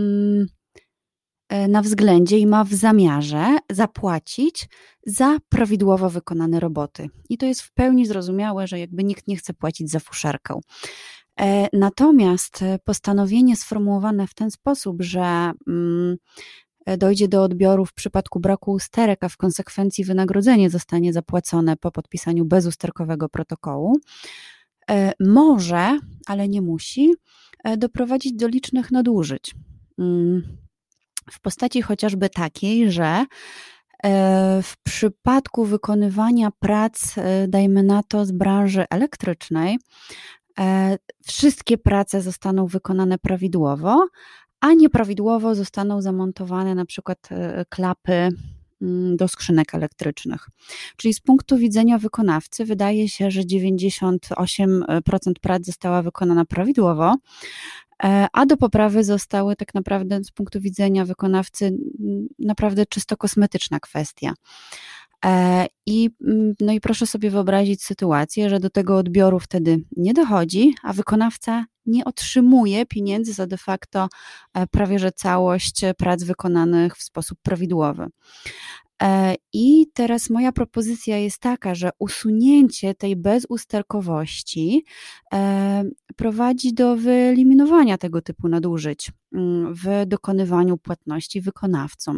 na względzie i ma w zamiarze zapłacić za prawidłowo wykonane roboty. I to jest w pełni zrozumiałe, że jakby nikt nie chce płacić za fuszerkę. Natomiast postanowienie sformułowane w ten sposób, że dojdzie do odbioru w przypadku braku usterek, a w konsekwencji wynagrodzenie zostanie zapłacone po podpisaniu bezusterkowego protokołu, może, ale nie musi, doprowadzić do licznych nadużyć. W postaci chociażby takiej, że w przypadku wykonywania prac, dajmy na to, z branży elektrycznej, wszystkie prace zostaną wykonane prawidłowo, a nieprawidłowo zostaną zamontowane na przykład klapy do skrzynek elektrycznych. Czyli z punktu widzenia wykonawcy wydaje się, że dziewięćdziesiąt osiem procent prac została wykonana prawidłowo, a do poprawy zostały tak naprawdę z punktu widzenia wykonawcy naprawdę czysto kosmetyczna kwestia. I, no i proszę sobie wyobrazić sytuację, że do tego odbioru wtedy nie dochodzi, a wykonawca nie otrzymuje pieniędzy za de facto prawie że całość prac wykonanych w sposób prawidłowy. I teraz moja propozycja jest taka, że usunięcie tej bezusterkowości prowadzi do wyeliminowania tego typu nadużyć w dokonywaniu płatności wykonawcom.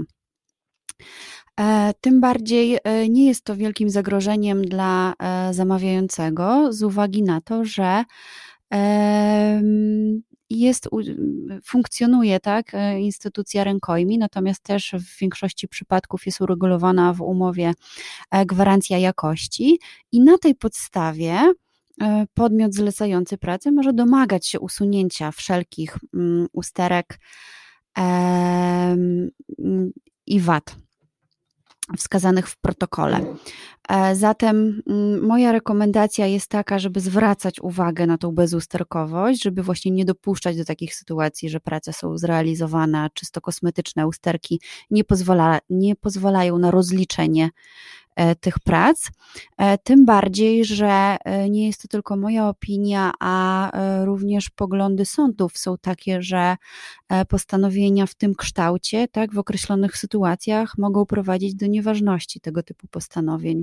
Tym bardziej nie jest to wielkim zagrożeniem dla zamawiającego z uwagi na to, że jest, funkcjonuje tak, instytucja rękojmi, natomiast też w większości przypadków jest uregulowana w umowie gwarancja jakości i na tej podstawie podmiot zlecający pracę może domagać się usunięcia wszelkich usterek i wad wskazanych w protokole. Zatem moja rekomendacja jest taka, żeby zwracać uwagę na tą bezusterkowość, żeby właśnie nie dopuszczać do takich sytuacji, że prace są zrealizowane, a czysto kosmetyczne usterki nie pozwala, nie pozwalają na rozliczenie tych prac. Tym bardziej, że nie jest to tylko moja opinia, a również poglądy sądów są takie, że postanowienia w tym kształcie, tak, w określonych sytuacjach mogą prowadzić do nieważności tego typu postanowień.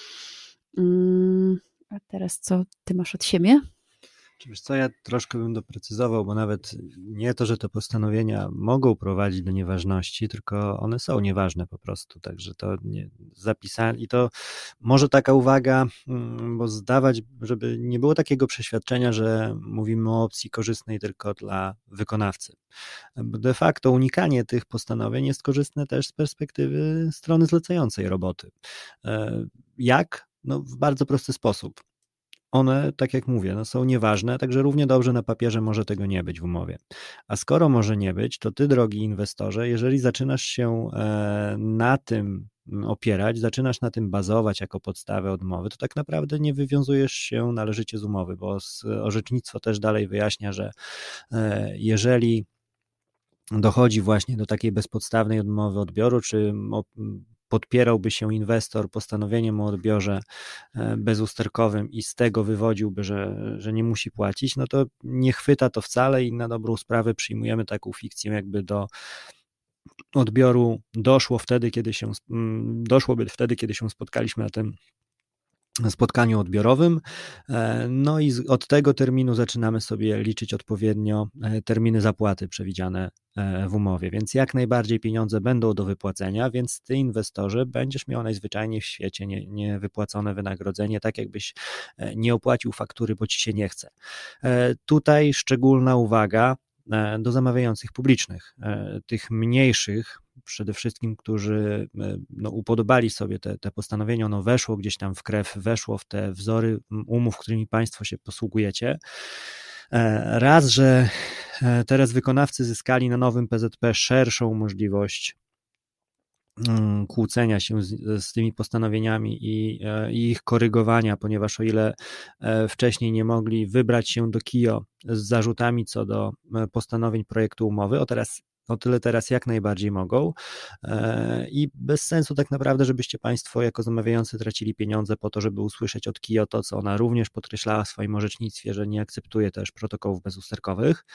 A teraz co ty masz od siebie? Wiesz co, ja troszkę bym doprecyzował, bo nawet nie to, że te postanowienia mogą prowadzić do nieważności, tylko one są nieważne po prostu, także to nie zapisane i to może taka uwaga, bo zdawać, żeby nie było takiego przeświadczenia, że mówimy o opcji korzystnej tylko dla wykonawcy. Bo de facto unikanie tych postanowień jest korzystne też z perspektywy strony zlecającej roboty. Jak? No w bardzo prosty sposób. one, tak jak mówię, no są nieważne, także równie dobrze na papierze może tego nie być w umowie. A skoro może nie być, to ty, drogi inwestorze, jeżeli zaczynasz się na tym opierać, zaczynasz na tym bazować jako podstawę odmowy, to tak naprawdę nie wywiązujesz się należycie z umowy, bo orzecznictwo też dalej wyjaśnia, że jeżeli dochodzi właśnie do takiej bezpodstawnej odmowy odbioru, czy podpierałby się inwestor postanowieniem o odbiorze bezusterkowym i z tego wywodziłby, że, że nie musi płacić, no to nie chwyta to wcale i na dobrą sprawę przyjmujemy taką fikcję, jakby do odbioru doszło wtedy, kiedy się doszłoby wtedy, kiedy się spotkaliśmy na tym spotkaniu odbiorowym, no i od tego terminu zaczynamy sobie liczyć odpowiednio terminy zapłaty przewidziane w umowie, więc jak najbardziej pieniądze będą do wypłacenia, więc ty, inwestorze, będziesz miał najzwyczajniej w świecie nie, niewypłacone wynagrodzenie, tak jakbyś nie opłacił faktury, bo ci się nie chce. Tutaj szczególna uwaga do zamawiających publicznych, tych mniejszych, przede wszystkim, którzy no, upodobali sobie te, te postanowienia, ono weszło gdzieś tam w krew, weszło w te wzory umów, którymi państwo się posługujecie. Raz, że teraz wykonawcy zyskali na nowym P Z P szerszą możliwość kłócenia się z, z tymi postanowieniami i, i ich korygowania, ponieważ o ile wcześniej nie mogli wybrać się do K I O z zarzutami co do postanowień projektu umowy, o teraz o tyle teraz jak najbardziej mogą i bez sensu tak naprawdę, żebyście państwo jako zamawiający tracili pieniądze po to, żeby usłyszeć od K I O to, co ona również podkreślała w swoim orzecznictwie, że nie akceptuje też protokołów bezusterkowych,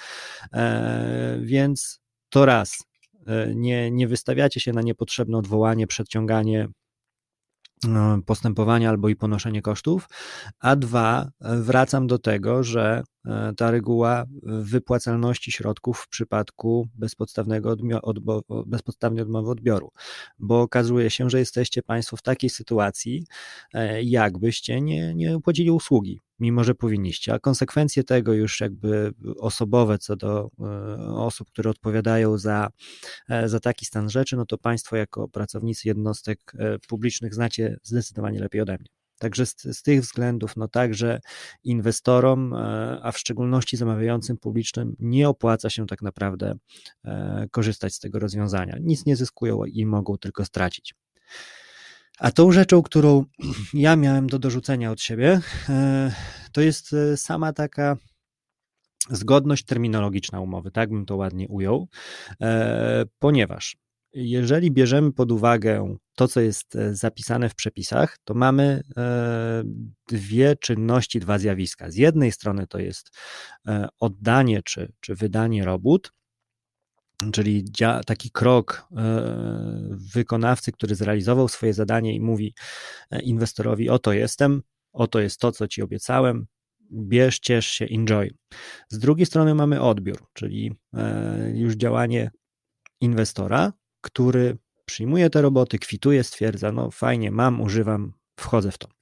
więc to raz, nie, nie wystawiacie się na niepotrzebne odwołanie, przedciąganie postępowania albo i ponoszenie kosztów, a dwa, wracam do tego, że ta reguła wypłacalności środków w przypadku bezpodstawnego odmo- bezpodstawnej odmowy odbioru, bo okazuje się, że jesteście państwo w takiej sytuacji, jakbyście nie, nie opłacili usługi, mimo że powinniście, a konsekwencje tego już jakby osobowe co do osób, które odpowiadają za, za taki stan rzeczy, no to państwo jako pracownicy jednostek publicznych znacie zdecydowanie lepiej ode mnie. Także z, z tych względów, no także inwestorom, a w szczególności zamawiającym publicznym nie opłaca się tak naprawdę korzystać z tego rozwiązania. Nic nie zyskują i mogą tylko stracić. A tą rzeczą, którą ja miałem do dorzucenia od siebie, to jest sama taka zgodność terminologiczna umowy, tak bym to ładnie ujął, ponieważ jeżeli bierzemy pod uwagę to, co jest zapisane w przepisach, to mamy dwie czynności, dwa zjawiska. Z jednej strony to jest oddanie czy, czy wydanie robót, czyli taki krok wykonawcy, który zrealizował swoje zadanie i mówi inwestorowi: oto jestem, oto jest to, co ci obiecałem, bierz, ciesz się, enjoy. Z drugiej strony mamy odbiór, czyli już działanie inwestora, który przyjmuje te roboty, kwituje, stwierdza: no fajnie, mam, używam, wchodzę w to.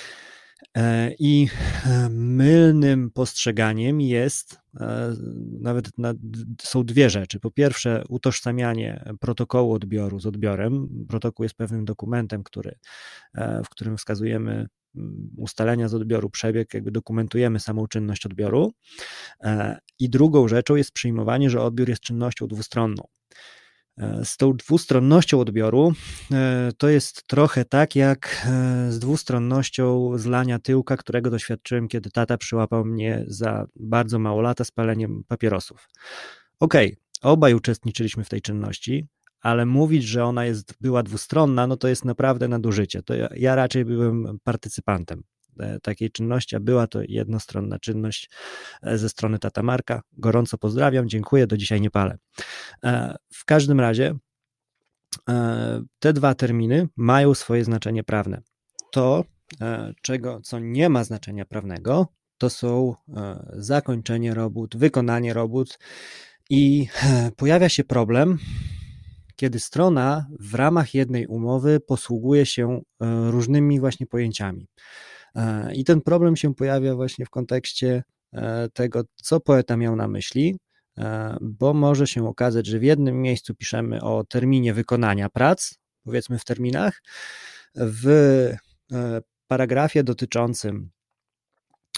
I mylnym postrzeganiem jest, nawet są dwie rzeczy. Po pierwsze, utożsamianie protokołu odbioru z odbiorem. Protokół jest pewnym dokumentem, który, w którym wskazujemy ustalenia z odbioru, przebieg, jakby dokumentujemy samą czynność odbioru. I drugą rzeczą jest przyjmowanie, że odbiór jest czynnością dwustronną. Z tą dwustronnością odbioru to jest trochę tak jak z dwustronnością zlania tyłka, którego doświadczyłem, kiedy tata przyłapał mnie za bardzo mało lata z paleniem papierosów. Okej, okay, obaj uczestniczyliśmy w tej czynności, ale mówić, że ona jest, była dwustronna, no to jest naprawdę nadużycie. To ja, ja raczej byłem partycypantem takiej czynności, a była to jednostronna czynność ze strony tata Marka. Gorąco pozdrawiam, dziękuję, do dzisiaj nie palę. W każdym razie te dwa terminy mają swoje znaczenie prawne. To, czego, co nie ma znaczenia prawnego, to są zakończenie robót, wykonanie robót i pojawia się problem, kiedy strona w ramach jednej umowy posługuje się różnymi właśnie pojęciami. I ten problem się pojawia właśnie w kontekście tego, co poeta miał na myśli, bo może się okazać, że w jednym miejscu piszemy o terminie wykonania prac, powiedzmy w terminach, w paragrafie dotyczącym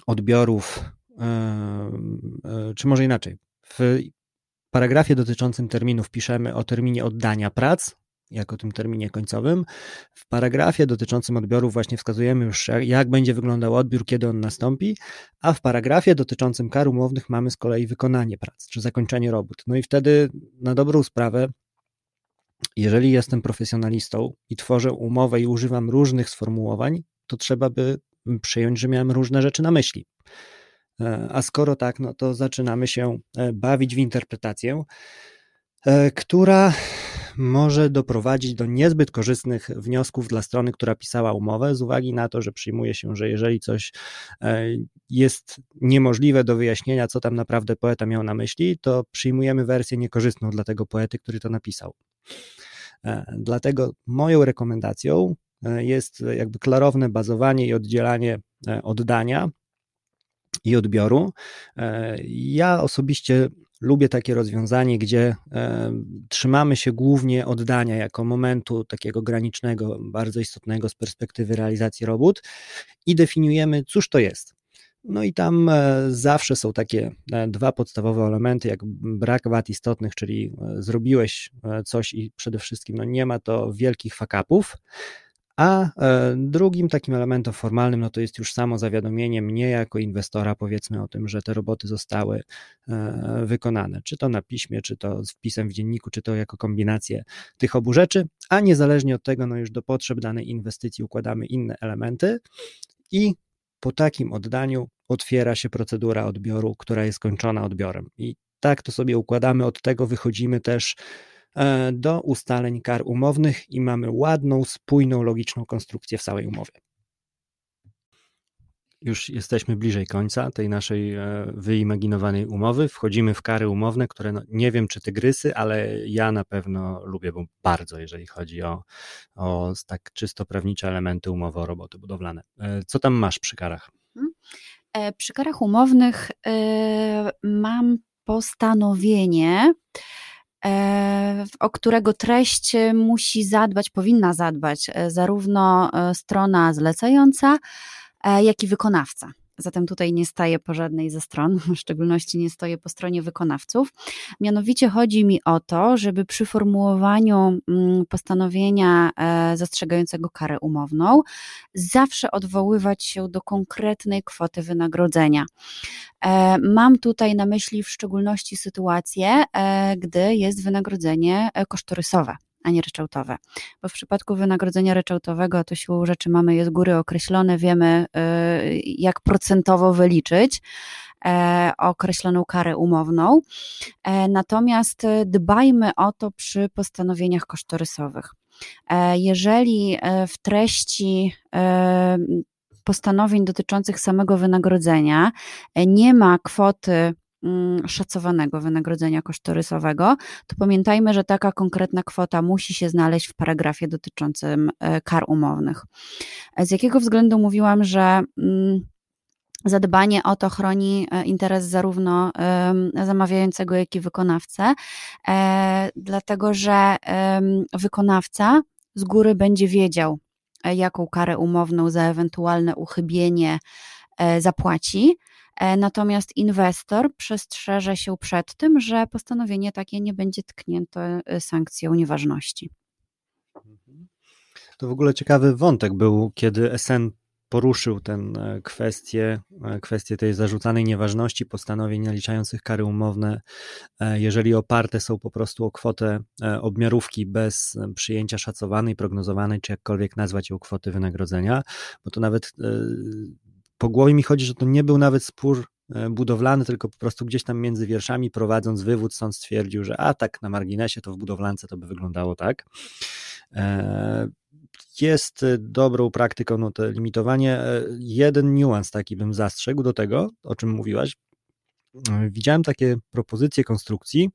odbiorów, czy może inaczej, w paragrafie dotyczącym terminów piszemy o terminie oddania prac, jako tym terminie końcowym. W paragrafie dotyczącym odbiorów właśnie wskazujemy już, jak będzie wyglądał odbiór, kiedy on nastąpi, a w paragrafie dotyczącym kar umownych mamy z kolei wykonanie prac, czy zakończenie robót. No i wtedy na dobrą sprawę, jeżeli jestem profesjonalistą i tworzę umowę i używam różnych sformułowań, to trzeba by przyjąć, że miałem różne rzeczy na myśli. A skoro tak, no to zaczynamy się bawić w interpretację, która może doprowadzić do niezbyt korzystnych wniosków dla strony, która pisała umowę, z uwagi na to, że przyjmuje się, że jeżeli coś jest niemożliwe do wyjaśnienia, co tam naprawdę poeta miał na myśli, to przyjmujemy wersję niekorzystną dla tego poety, który to napisał. Dlatego moją rekomendacją jest jakby klarowne bazowanie i oddzielanie oddania i odbioru. Ja osobiście lubię takie rozwiązanie, gdzie e, trzymamy się głównie oddania jako momentu takiego granicznego, bardzo istotnego z perspektywy realizacji robót i definiujemy, cóż to jest. No i tam e, zawsze są takie e, dwa podstawowe elementy, jak brak wad istotnych, czyli e, zrobiłeś e, coś i przede wszystkim no, nie ma to wielkich fuck-upów. A drugim takim elementem formalnym no to jest już samo zawiadomienie mnie jako inwestora, powiedzmy, o tym, że te roboty zostały wykonane, czy to na piśmie, czy to z wpisem w dzienniku, czy to jako kombinację tych obu rzeczy, a niezależnie od tego no już do potrzeb danej inwestycji układamy inne elementy i po takim oddaniu otwiera się procedura odbioru, która jest kończona odbiorem i tak to sobie układamy, od tego wychodzimy też do ustaleń kar umownych i mamy ładną, spójną, logiczną konstrukcję w całej umowie. Już jesteśmy bliżej końca tej naszej wyimaginowanej umowy. Wchodzimy w kary umowne, które no, nie wiem czy tygrysy, ale ja na pewno lubię bo bardzo, jeżeli chodzi o, o tak czysto prawnicze elementy umowy o roboty budowlane. Co tam masz przy karach? Przy karach umownych mam postanowienie, o którego treść musi zadbać, powinna zadbać zarówno strona zlecająca, jak i wykonawca. Zatem tutaj nie staję po żadnej ze stron, w szczególności nie stoję po stronie wykonawców. Mianowicie chodzi mi o to, żeby przy formułowaniu postanowienia zastrzegającego karę umowną zawsze odwoływać się do konkretnej kwoty wynagrodzenia. Mam tutaj na myśli w szczególności sytuację, gdy jest wynagrodzenie kosztorysowe, a nie ryczałtowe. Bo w przypadku wynagrodzenia ryczałtowego to siłą rzeczy mamy je z góry określone, wiemy jak procentowo wyliczyć określoną karę umowną. Natomiast dbajmy o to przy postanowieniach kosztorysowych. Jeżeli w treści postanowień dotyczących samego wynagrodzenia nie ma kwoty szacowanego wynagrodzenia kosztorysowego, to pamiętajmy, że taka konkretna kwota musi się znaleźć w paragrafie dotyczącym kar umownych. Z jakiego względu mówiłam, że zadbanie o to chroni interes zarówno zamawiającego, jak i wykonawcę, dlatego że wykonawca z góry będzie wiedział, jaką karę umowną za ewentualne uchybienie zapłaci, natomiast inwestor przestrzeże się przed tym, że postanowienie takie nie będzie tknięte sankcją nieważności. To w ogóle ciekawy wątek był, kiedy S N poruszył tę kwestię, kwestię tej zarzucanej nieważności postanowień naliczających kary umowne, jeżeli oparte są po prostu o kwotę obmiarówki bez przyjęcia szacowanej, prognozowanej, czy jakkolwiek nazwać ją kwoty wynagrodzenia, bo to nawet po głowie mi chodzi, że to nie był nawet spór budowlany, tylko po prostu gdzieś tam między wierszami prowadząc wywód sąd stwierdził, że a tak na marginesie to w budowlance to by wyglądało tak. Jest dobrą praktyką no to limitowanie. Jeden niuans taki bym zastrzegł do tego, o czym mówiłaś. Widziałem takie propozycje konstrukcji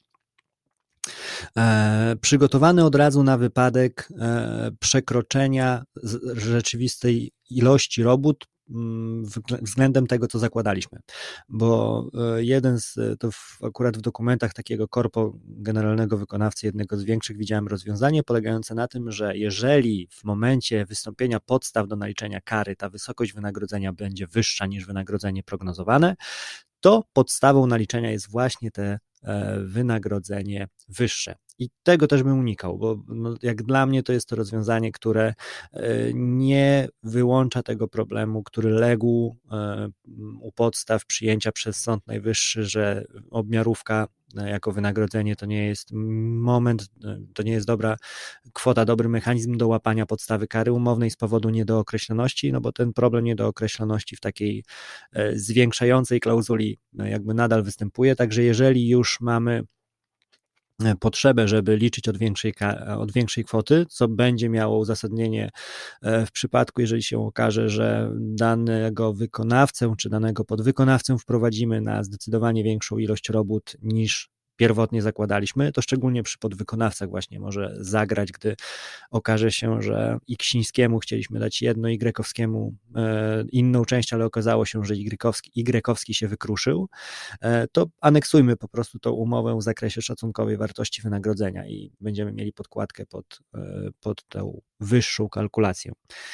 e, przygotowane od razu na wypadek e, przekroczenia rzeczywistej ilości robót względem tego, co zakładaliśmy. Bo jeden z, to w, akurat w dokumentach takiego korpo generalnego wykonawcy, jednego z większych, widziałem rozwiązanie polegające na tym, że jeżeli w momencie wystąpienia podstaw do naliczenia kary ta wysokość wynagrodzenia będzie wyższa niż wynagrodzenie prognozowane, to podstawą naliczenia jest właśnie te wynagrodzenie wyższe. I tego też bym unikał, bo no, jak dla mnie to jest to rozwiązanie, które nie wyłącza tego problemu, który legł u podstaw przyjęcia przez Sąd Najwyższy, że obmiarówka jako wynagrodzenie to nie jest moment, to nie jest dobra kwota, dobry mechanizm do łapania podstawy kary umownej z powodu niedookreśloności, no bo ten problem niedookreśloności w takiej zwiększającej klauzuli jakby nadal występuje, także jeżeli już mamy potrzebę, żeby liczyć od większej, od większej kwoty, co będzie miało uzasadnienie w przypadku, jeżeli się okaże, że danego wykonawcę czy danego podwykonawcę wprowadzimy na zdecydowanie większą ilość robót niż pierwotnie zakładaliśmy, to szczególnie przy podwykonawcach właśnie może zagrać, gdy okaże się, że Xińskiemu chcieliśmy dać jedno, Y-owskiemu inną część, ale okazało się, że Y-owski, Y-owski się wykruszył, to aneksujmy po prostu tą umowę w zakresie szacunkowej wartości wynagrodzenia i będziemy mieli podkładkę pod, pod tą wyższą kalkulację.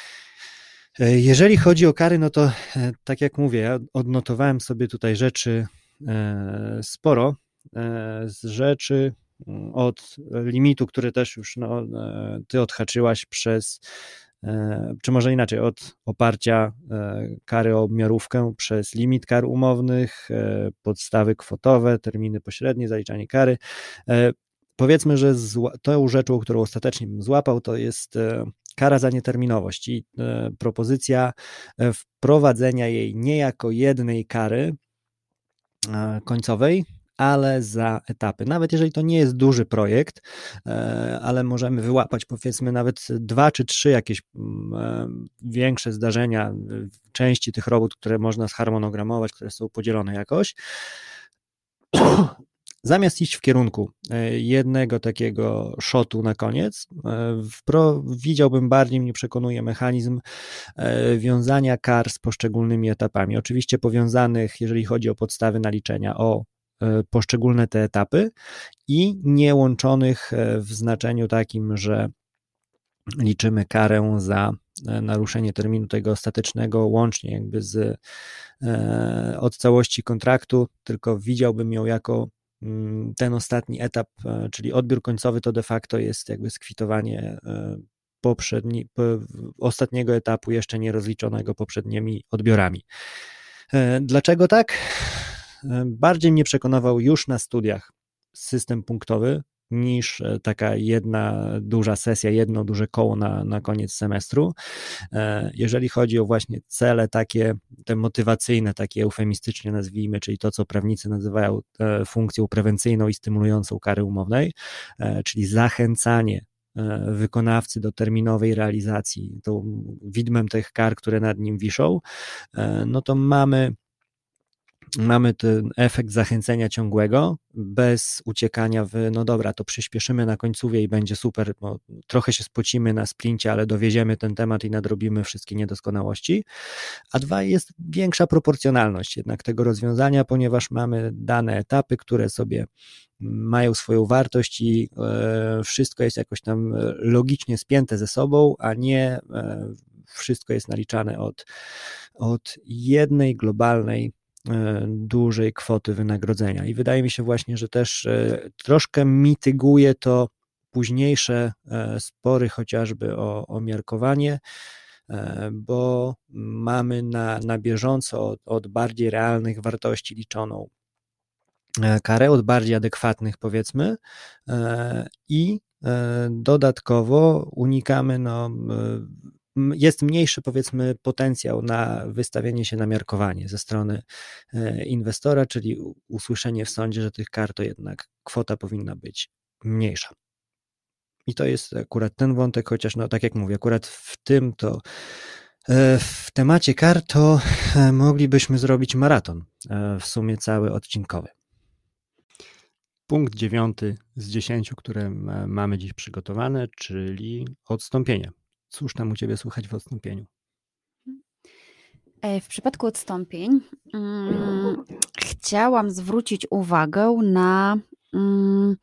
Jeżeli chodzi o kary, no to tak jak mówię, ja odnotowałem sobie tutaj rzeczy sporo, z rzeczy od limitu, który też już no, ty odhaczyłaś przez, czy może inaczej, od oparcia kary o obmiarówkę przez limit kar umownych, podstawy kwotowe, terminy pośrednie, zaliczanie kary. Powiedzmy, że tą rzeczą, którą ostatecznie bym złapał, to jest kara za nieterminowość i propozycja wprowadzenia jej nie jako jednej kary końcowej, ale za etapy. Nawet jeżeli to nie jest duży projekt, ale możemy wyłapać powiedzmy nawet dwa czy trzy jakieś większe zdarzenia, części tych robót, które można zharmonogramować, które są podzielone jakoś, zamiast iść w kierunku jednego takiego shotu na koniec, wpro, widziałbym bardziej, mnie przekonuje mechanizm wiązania kar z poszczególnymi etapami. Oczywiście powiązanych, jeżeli chodzi o podstawy naliczenia, o poszczególne te etapy i nie łączonych w znaczeniu takim, że liczymy karę za naruszenie terminu tego ostatecznego łącznie jakby z od całości kontraktu, tylko widziałbym ją jako ten ostatni etap, czyli odbiór końcowy to de facto jest jakby skwitowanie poprzedni, ostatniego etapu jeszcze nie rozliczonego poprzednimi odbiorami. Dlaczego tak? Bardziej mnie przekonywał już na studiach system punktowy niż taka jedna duża sesja, jedno duże koło na, na koniec semestru. Jeżeli chodzi o właśnie cele takie, te motywacyjne, takie eufemistycznie nazwijmy, czyli to, co prawnicy nazywają funkcją prewencyjną i stymulującą kary umownej, czyli zachęcanie wykonawcy do terminowej realizacji, tą widmem tych kar, które nad nim wiszą, no to mamy Mamy ten efekt zachęcenia ciągłego, bez uciekania w, no dobra, to przyspieszymy na końcówie i będzie super, bo trochę się spocimy na sprincie, ale dowieziemy ten temat i nadrobimy wszystkie niedoskonałości. A dwa, jest większa proporcjonalność jednak tego rozwiązania, ponieważ mamy dane etapy, które sobie mają swoją wartość i wszystko jest jakoś tam logicznie spięte ze sobą, a nie wszystko jest naliczane od, od jednej globalnej dużej kwoty wynagrodzenia i wydaje mi się właśnie, że też troszkę mityguje to późniejsze spory chociażby o, o miarkowanie, bo mamy na, na bieżąco od, od bardziej realnych wartości liczoną karę, od bardziej adekwatnych powiedzmy i dodatkowo unikamy no jest mniejszy powiedzmy potencjał na wystawienie się na miarkowanie ze strony inwestora, czyli usłyszenie w sądzie, że tych kar to jednak kwota powinna być mniejsza. I to jest akurat ten wątek, chociaż no tak jak mówię, akurat w tym to w temacie kar to moglibyśmy zrobić maraton, w sumie cały odcinkowy. Punkt dziewiąty z dziesięciu, które mamy dziś przygotowane, czyli odstąpienie. Cóż tam u Ciebie słychać w odstąpieniu? W przypadku odstąpień um, chciałam zwrócić uwagę na, um,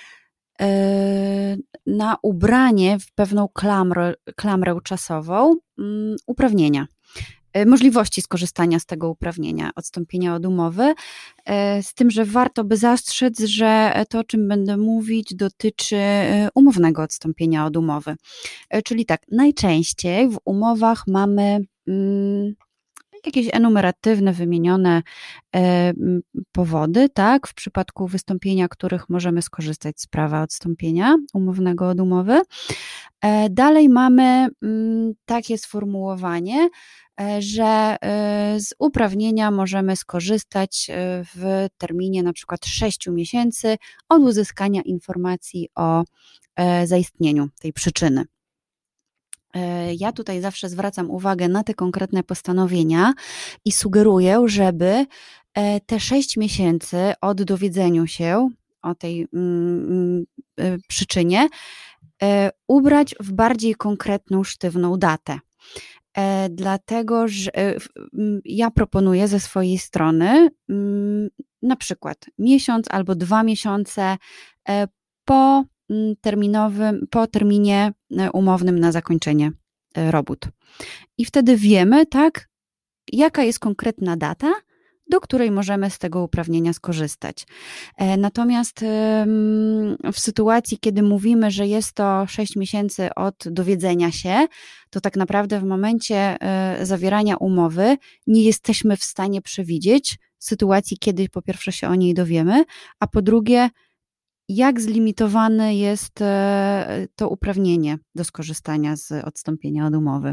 na ubranie w pewną klamrę, klamrę czasową um, uprawnienia. Możliwości skorzystania z tego uprawnienia, odstąpienia od umowy, z tym, że warto by zastrzec, że to, o czym będę mówić, dotyczy umownego odstąpienia od umowy. Czyli tak, najczęściej w umowach mamy mm, jakieś enumeratywne, wymienione e, powody, tak, w przypadku wystąpienia których możemy skorzystać z prawa odstąpienia umownego od umowy. E, dalej mamy m, takie sformułowanie, e, że e, z uprawnienia możemy skorzystać w terminie na przykład sześciu miesięcy od uzyskania informacji o e, zaistnieniu tej przyczyny. Ja tutaj zawsze zwracam uwagę na te konkretne postanowienia i sugeruję, żeby te sześć miesięcy od dowiedzenia się o tej mm, przyczynie ubrać w bardziej konkretną, sztywną datę. Dlatego, że ja proponuję ze swojej strony na przykład miesiąc albo dwa miesiące po terminowym, po terminie umownym na zakończenie robót. I wtedy wiemy, tak, jaka jest konkretna data, do której możemy z tego uprawnienia skorzystać. Natomiast w sytuacji, kiedy mówimy, że jest to sześć miesięcy od dowiedzenia się, to tak naprawdę w momencie zawierania umowy nie jesteśmy w stanie przewidzieć sytuacji, kiedy po pierwsze się o niej dowiemy, a po drugie, jak zlimitowane jest to uprawnienie do skorzystania z odstąpienia od umowy.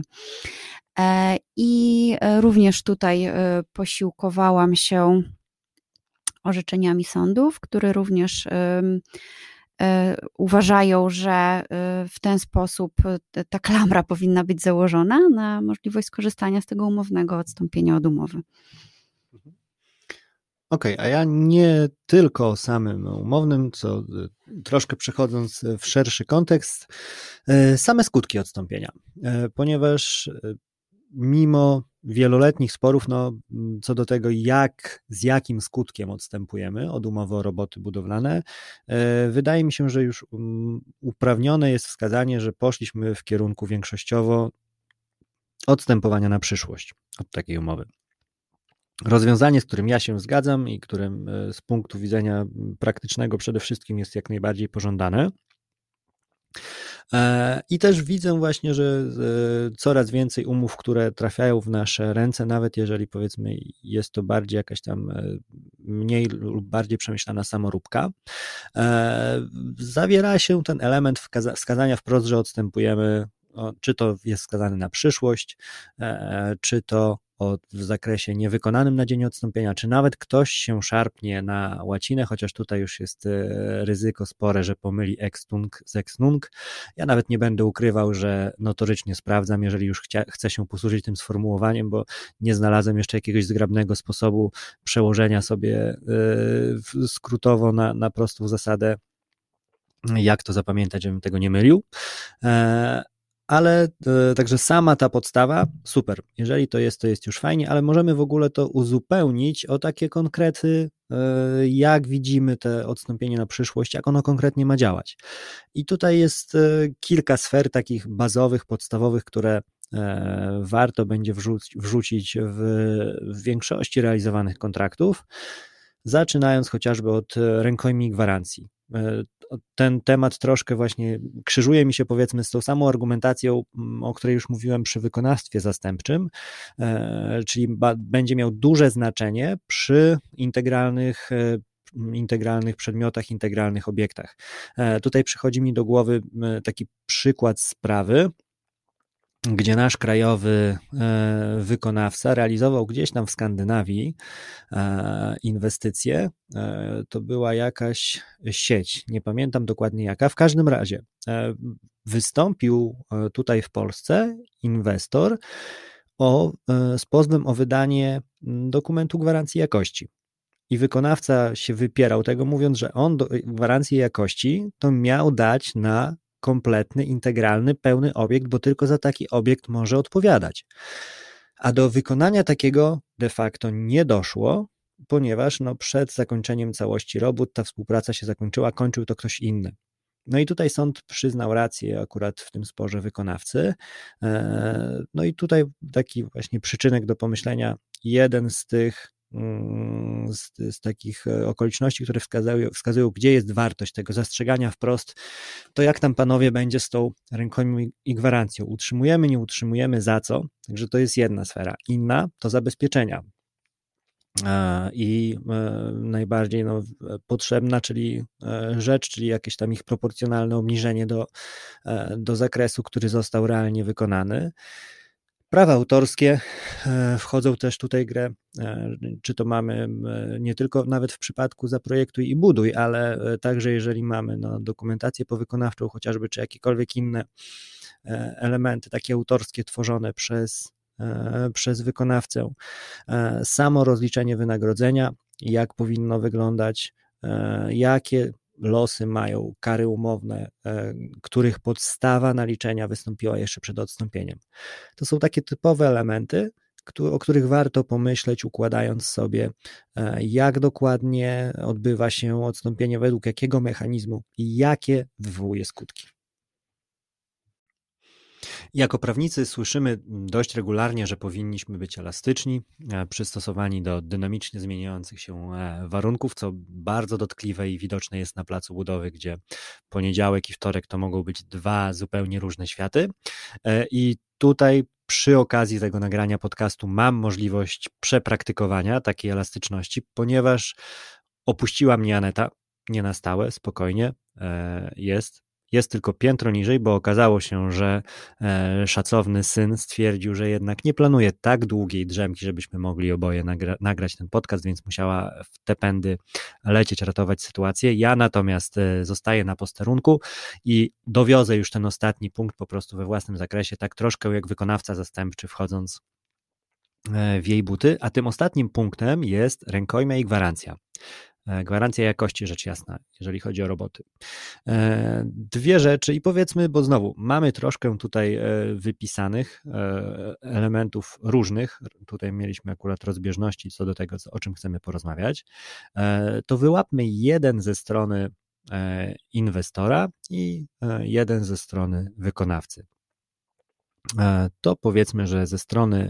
I również tutaj posiłkowałam się orzeczeniami sądów, które również uważają, że w ten sposób ta klamra powinna być założona na możliwość skorzystania z tego umownego odstąpienia od umowy. Okej, okay, a ja nie tylko o samym umownym, co troszkę przechodząc w szerszy kontekst, same skutki odstąpienia, ponieważ mimo wieloletnich sporów no, co do tego, jak, z jakim skutkiem odstępujemy od umowy o roboty budowlane, wydaje mi się, że już uprawnione jest wskazanie, że poszliśmy w kierunku większościowo odstępowania na przyszłość od takiej umowy. Rozwiązanie, z którym ja się zgadzam i którym z punktu widzenia praktycznego przede wszystkim jest jak najbardziej pożądane. I też widzę właśnie, że coraz więcej umów, które trafiają w nasze ręce, nawet jeżeli powiedzmy jest to bardziej jakaś tam mniej lub bardziej przemyślana samoróbka, zawiera się ten element wskazania wprost, że odstępujemy, czy to jest wskazane na przyszłość, czy to w zakresie niewykonanym na dzień odstąpienia, czy nawet ktoś się szarpnie na łacinę, chociaż tutaj już jest ryzyko spore, że pomyli ex nunc z ex nunc. Ja nawet nie będę ukrywał, że notorycznie sprawdzam, jeżeli już chcia, chcę się posłużyć tym sformułowaniem, bo nie znalazłem jeszcze jakiegoś zgrabnego sposobu przełożenia sobie yy, skrótowo na, na prostą zasadę, jak to zapamiętać, żebym tego nie mylił. Yy, Ale e, także sama ta podstawa, super, jeżeli to jest, to jest już fajnie, ale możemy w ogóle to uzupełnić o takie konkrety, e, jak widzimy te odstąpienie na przyszłość, jak ono konkretnie ma działać. I tutaj jest e, kilka sfer takich bazowych, podstawowych, które e, warto będzie wrzuc- wrzucić w, w większości realizowanych kontraktów, zaczynając chociażby od rękojmi gwarancji. Ten temat troszkę właśnie krzyżuje mi się powiedzmy z tą samą argumentacją, o której już mówiłem przy wykonawstwie zastępczym, czyli będzie miał duże znaczenie przy integralnych integralnych przedmiotach, integralnych obiektach. Tutaj przychodzi mi do głowy taki przykład sprawy, gdzie nasz krajowy wykonawca realizował gdzieś tam w Skandynawii inwestycje. To była jakaś sieć, nie pamiętam dokładnie jaka. W każdym razie wystąpił tutaj w Polsce inwestor o, z pozwem o wydanie dokumentu gwarancji jakości. I wykonawca się wypierał tego, mówiąc, że on do gwarancji jakości to miał dać na kompletny, integralny, pełny obiekt, bo tylko za taki obiekt może odpowiadać. A do wykonania takiego de facto nie doszło, ponieważ no, przed zakończeniem całości robót ta współpraca się zakończyła, kończył to ktoś inny. No i tutaj sąd przyznał rację akurat w tym sporze wykonawcy. No i tutaj taki właśnie przyczynek do pomyślenia, jeden z tych z, z takich okoliczności, które wskazują, wskazują, gdzie jest wartość tego zastrzegania wprost, to jak tam panowie będzie z tą rękojmią i gwarancją. Utrzymujemy, nie utrzymujemy, za co? Także to jest jedna sfera. Inna to zabezpieczenia. I najbardziej no, potrzebna, czyli rzecz, czyli jakieś tam ich proporcjonalne obniżenie do, do zakresu, który został realnie wykonany. Prawa autorskie wchodzą też tutaj w grę, czy to mamy nie tylko nawet w przypadku zaprojektuj i buduj, ale także jeżeli mamy no, dokumentację powykonawczą chociażby, czy jakiekolwiek inne elementy takie autorskie tworzone przez przez wykonawcę, samo rozliczenie wynagrodzenia, jak powinno wyglądać, jakie losy mają kary umowne, których podstawa naliczenia wystąpiła jeszcze przed odstąpieniem. To są takie typowe elementy, o których warto pomyśleć, układając sobie, jak dokładnie odbywa się odstąpienie, według jakiego mechanizmu i jakie wywołuje skutki. Jako prawnicy słyszymy dość regularnie, że powinniśmy być elastyczni, przystosowani do dynamicznie zmieniających się warunków, co bardzo dotkliwe i widoczne jest na placu budowy, gdzie poniedziałek i wtorek to mogą być dwa zupełnie różne światy. I tutaj przy okazji tego nagrania podcastu mam możliwość przepraktykowania takiej elastyczności, ponieważ opuściła mnie Aneta, nie na stałe, spokojnie, jest. Jest tylko piętro niżej, bo okazało się, że szacowny syn stwierdził, że jednak nie planuje tak długiej drzemki, żebyśmy mogli oboje nagra- nagrać ten podcast, więc musiała w te pędy lecieć, ratować sytuację. Ja natomiast zostaję na posterunku i dowiozę już ten ostatni punkt po prostu we własnym zakresie, tak troszkę jak wykonawca zastępczy, wchodząc w jej buty, a tym ostatnim punktem jest rękojmia i gwarancja. Gwarancja jakości, rzecz jasna, jeżeli chodzi o roboty. Dwie rzeczy i powiedzmy, bo znowu mamy troszkę tutaj wypisanych elementów różnych, tutaj mieliśmy akurat rozbieżności co do tego, o czym chcemy porozmawiać, to wyłapmy jeden ze strony inwestora i jeden ze strony wykonawcy. To powiedzmy, że ze strony,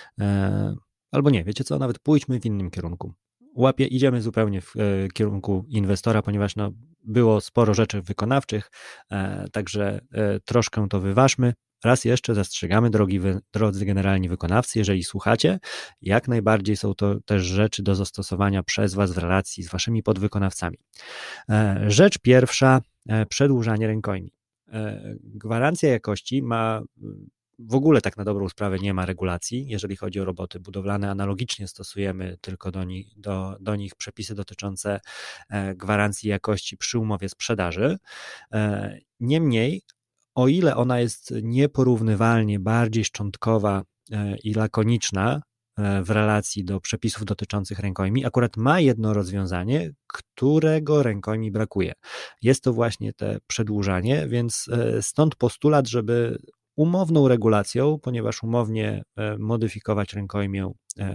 albo nie, wiecie co, nawet pójdźmy w innym kierunku. Łapie, idziemy zupełnie w e, kierunku inwestora, ponieważ no, było sporo rzeczy wykonawczych, e, także e, troszkę to wyważmy. Raz jeszcze zastrzegamy, drogi wy, drodzy generalni wykonawcy, jeżeli słuchacie, jak najbardziej są to też rzeczy do zastosowania przez was w relacji z waszymi podwykonawcami. E, rzecz pierwsza, e, przedłużanie rękojmi. E, gwarancja jakości ma... W ogóle tak na dobrą sprawę nie ma regulacji, jeżeli chodzi o roboty budowlane. Analogicznie stosujemy tylko do nich, do, do nich przepisy dotyczące gwarancji jakości przy umowie sprzedaży. Niemniej, o ile ona jest nieporównywalnie bardziej szczątkowa i lakoniczna w relacji do przepisów dotyczących rękojmi, akurat ma jedno rozwiązanie, którego rękojmi brakuje. Jest to właśnie te przedłużanie, więc stąd postulat, żeby umowną regulacją, ponieważ umownie modyfikować rękojmię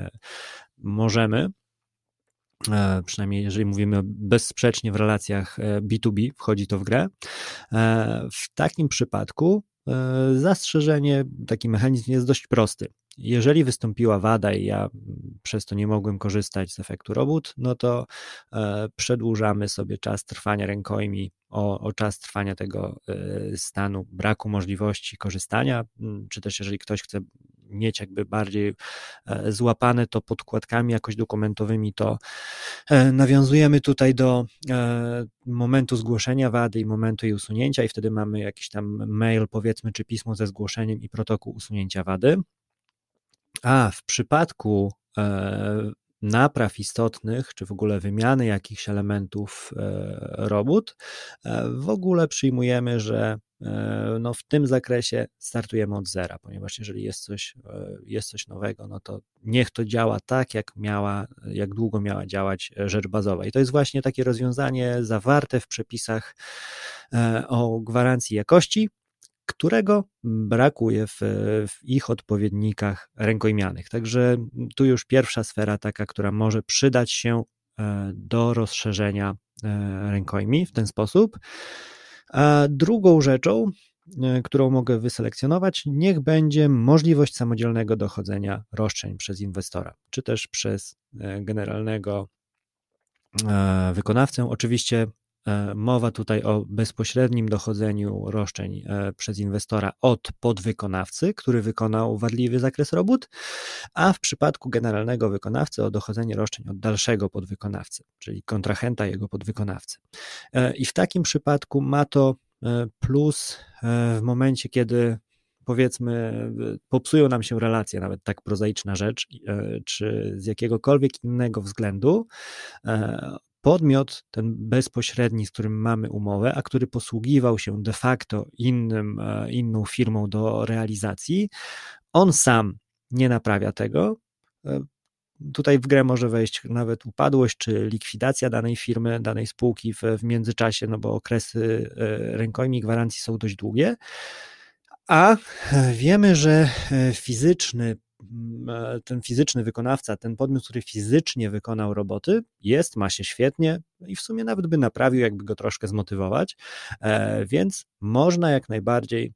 możemy, przynajmniej jeżeli mówimy bezsprzecznie w relacjach B dwa B, wchodzi to w grę. W takim przypadku zastrzeżenie, taki mechanizm jest dość prosty. Jeżeli wystąpiła wada i ja przez to nie mogłem korzystać z efektu robót, no to przedłużamy sobie czas trwania rękojmi o, o czas trwania tego stanu braku możliwości korzystania, czy też jeżeli ktoś chce mieć jakby bardziej złapane to podkładkami jakoś dokumentowymi, to nawiązujemy tutaj do momentu zgłoszenia wady i momentu jej usunięcia i wtedy mamy jakiś tam mail, powiedzmy, czy pismo ze zgłoszeniem i protokół usunięcia wady. A w przypadku napraw istotnych, czy w ogóle wymiany jakichś elementów robót, w ogóle przyjmujemy, że no w tym zakresie startujemy od zera, ponieważ jeżeli jest coś, jest coś nowego, no to niech to działa tak, jak miała, jak długo miała działać rzecz bazowa. I to jest właśnie takie rozwiązanie zawarte w przepisach o gwarancji jakości, którego brakuje w, w ich odpowiednikach rękojmianych. Także tu już pierwsza sfera taka, która może przydać się do rozszerzenia rękojmi w ten sposób. A drugą rzeczą, którą mogę wyselekcjonować, niech będzie możliwość samodzielnego dochodzenia roszczeń przez inwestora, czy też przez generalnego wykonawcę. Oczywiście mowa tutaj o bezpośrednim dochodzeniu roszczeń przez inwestora od podwykonawcy, który wykonał wadliwy zakres robót, a w przypadku generalnego wykonawcy o dochodzenie roszczeń od dalszego podwykonawcy, czyli kontrahenta jego podwykonawcy. I w takim przypadku ma to plus w momencie, kiedy powiedzmy popsują nam się relacje, nawet tak prozaiczna rzecz, czy z jakiegokolwiek innego względu podmiot ten bezpośredni, z którym mamy umowę, a który posługiwał się de facto innym, inną firmą do realizacji, on sam nie naprawia tego. Tutaj w grę może wejść nawet upadłość czy likwidacja danej firmy, danej spółki w, w międzyczasie, no bo okresy rękojmi gwarancji są dość długie, a wiemy, że fizyczny ten fizyczny wykonawca, ten podmiot, który fizycznie wykonał roboty, jest, ma się świetnie i w sumie nawet by naprawił, jakby go troszkę zmotywować, więc można jak najbardziej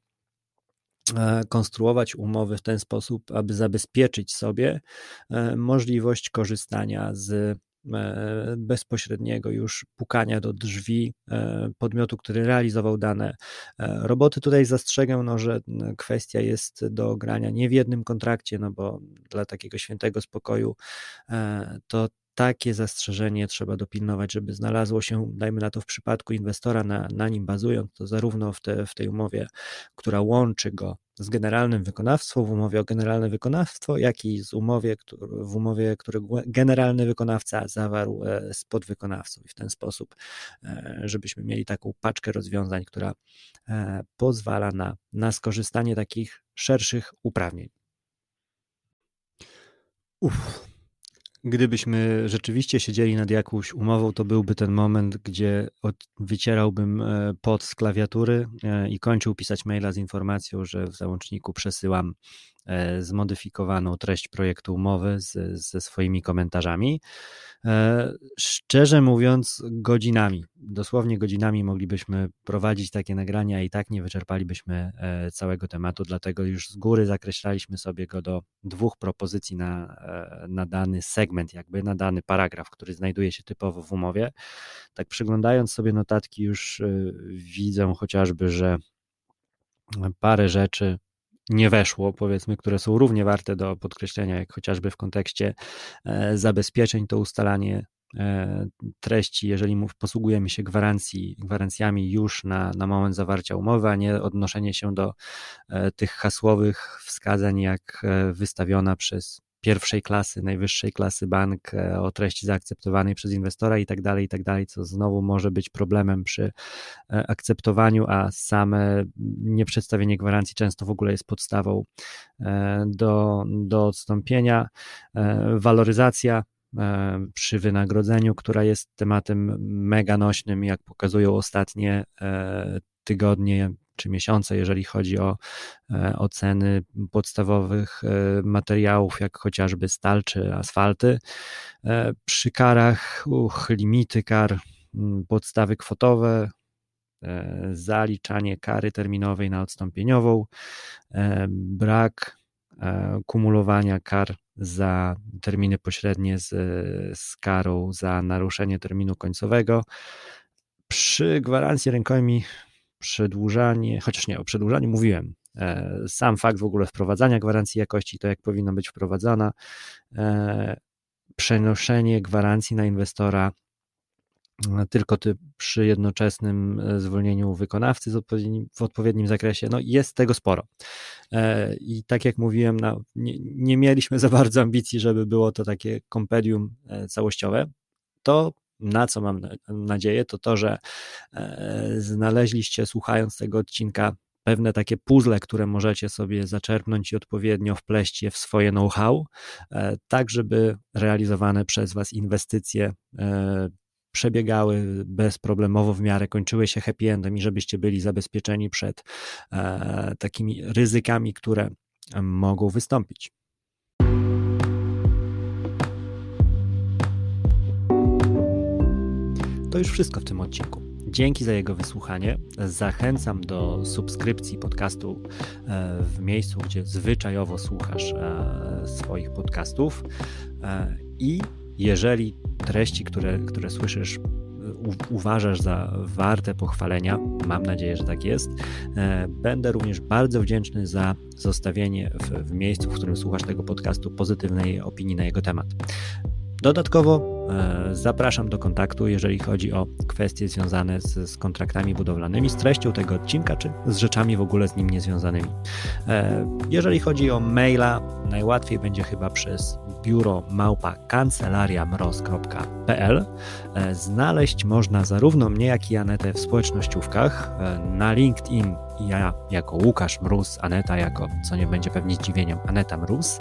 konstruować umowy w ten sposób, aby zabezpieczyć sobie możliwość korzystania z bezpośredniego już pukania do drzwi podmiotu, który realizował dane roboty. Tutaj zastrzegę, no, że kwestia jest do grania nie w jednym kontrakcie, no bo dla takiego świętego spokoju to takie zastrzeżenie trzeba dopilnować, żeby znalazło się, dajmy na to w przypadku inwestora, na, na nim bazując, to zarówno w, te, w tej umowie, która łączy go z generalnym wykonawstwem, w umowie o generalne wykonawstwo, jak i z umowie, w umowie, którą generalny wykonawca zawarł z podwykonawcą i w ten sposób, żebyśmy mieli taką paczkę rozwiązań, która pozwala na, na skorzystanie takich szerszych uprawnień. Uff. Gdybyśmy rzeczywiście siedzieli nad jakąś umową, to byłby ten moment, gdzie od, wycierałbym pot z klawiatury i kończył pisać maila z informacją, że w załączniku przesyłam zmodyfikowaną treść projektu umowy z, ze swoimi komentarzami. Szczerze mówiąc, godzinami, dosłownie godzinami moglibyśmy prowadzić takie nagrania i tak nie wyczerpalibyśmy całego tematu, dlatego już z góry zakreślaliśmy sobie go do dwóch propozycji na, na dany segment, jakby na dany paragraf, który znajduje się typowo w umowie. Tak przyglądając sobie notatki już widzę chociażby, że parę rzeczy nie weszło, powiedzmy, które są równie warte do podkreślenia, jak chociażby w kontekście zabezpieczeń, to ustalanie treści, jeżeli posługujemy się gwarancji, gwarancjami już na, na moment zawarcia umowy, a nie odnoszenie się do tych hasłowych wskazań, jak wystawiona przez pierwszej klasy, najwyższej klasy bank o treści zaakceptowanej przez inwestora i tak dalej, i tak dalej, co znowu może być problemem przy akceptowaniu, a same nieprzedstawienie gwarancji często w ogóle jest podstawą do, do odstąpienia. Waloryzacja przy wynagrodzeniu, która jest tematem mega nośnym, jak pokazują ostatnie tygodnie czy miesiące, jeżeli chodzi o oceny podstawowych materiałów, jak chociażby stal czy asfalty. Przy karach, uch, limity kar, podstawy kwotowe, zaliczanie kary terminowej na odstąpieniową, brak kumulowania kar za terminy pośrednie z, z karą za naruszenie terminu końcowego. Przy gwarancji rękojmi przedłużanie, chociaż nie, o przedłużaniu mówiłem, sam fakt w ogóle wprowadzania gwarancji jakości, to jak powinna być wprowadzana, przenoszenie gwarancji na inwestora tylko ty, przy jednoczesnym zwolnieniu wykonawcy z odpowiednim, w odpowiednim zakresie, no jest tego sporo. I tak jak mówiłem, no, nie, nie mieliśmy za bardzo ambicji, żeby było to takie kompendium całościowe. To, na co mam nadzieję, to to, że znaleźliście, słuchając tego odcinka, pewne takie puzzle, które możecie sobie zaczerpnąć i odpowiednio wpleść je w swoje know-how, tak żeby realizowane przez was inwestycje przebiegały bezproblemowo w miarę, kończyły się happy endem i żebyście byli zabezpieczeni przed e, takimi ryzykami, które mogą wystąpić. To już wszystko w tym odcinku. Dzięki za jego wysłuchanie. Zachęcam do subskrypcji podcastu w miejscu, gdzie zwyczajowo słuchasz swoich podcastów. I jeżeli treści, które, które słyszysz, uważasz za warte pochwalenia, mam nadzieję, że tak jest, będę również bardzo wdzięczny za zostawienie w, w miejscu, w którym słuchasz tego podcastu, pozytywnej opinii na jego temat. Dodatkowo e, zapraszam do kontaktu, jeżeli chodzi o kwestie związane z, z kontraktami budowlanymi, z treścią tego odcinka, czy z rzeczami w ogóle z nim niezwiązanymi. E, jeżeli chodzi o maila, najłatwiej będzie chyba przez biuro małpa kancelaria mroz kropka p l. E, znaleźć można zarówno mnie, jak i Anetę w społecznościówkach, e, na LinkedIn ja jako Łukasz Mróz, Aneta jako, co nie będzie pewnie zdziwieniem, Aneta Mróz.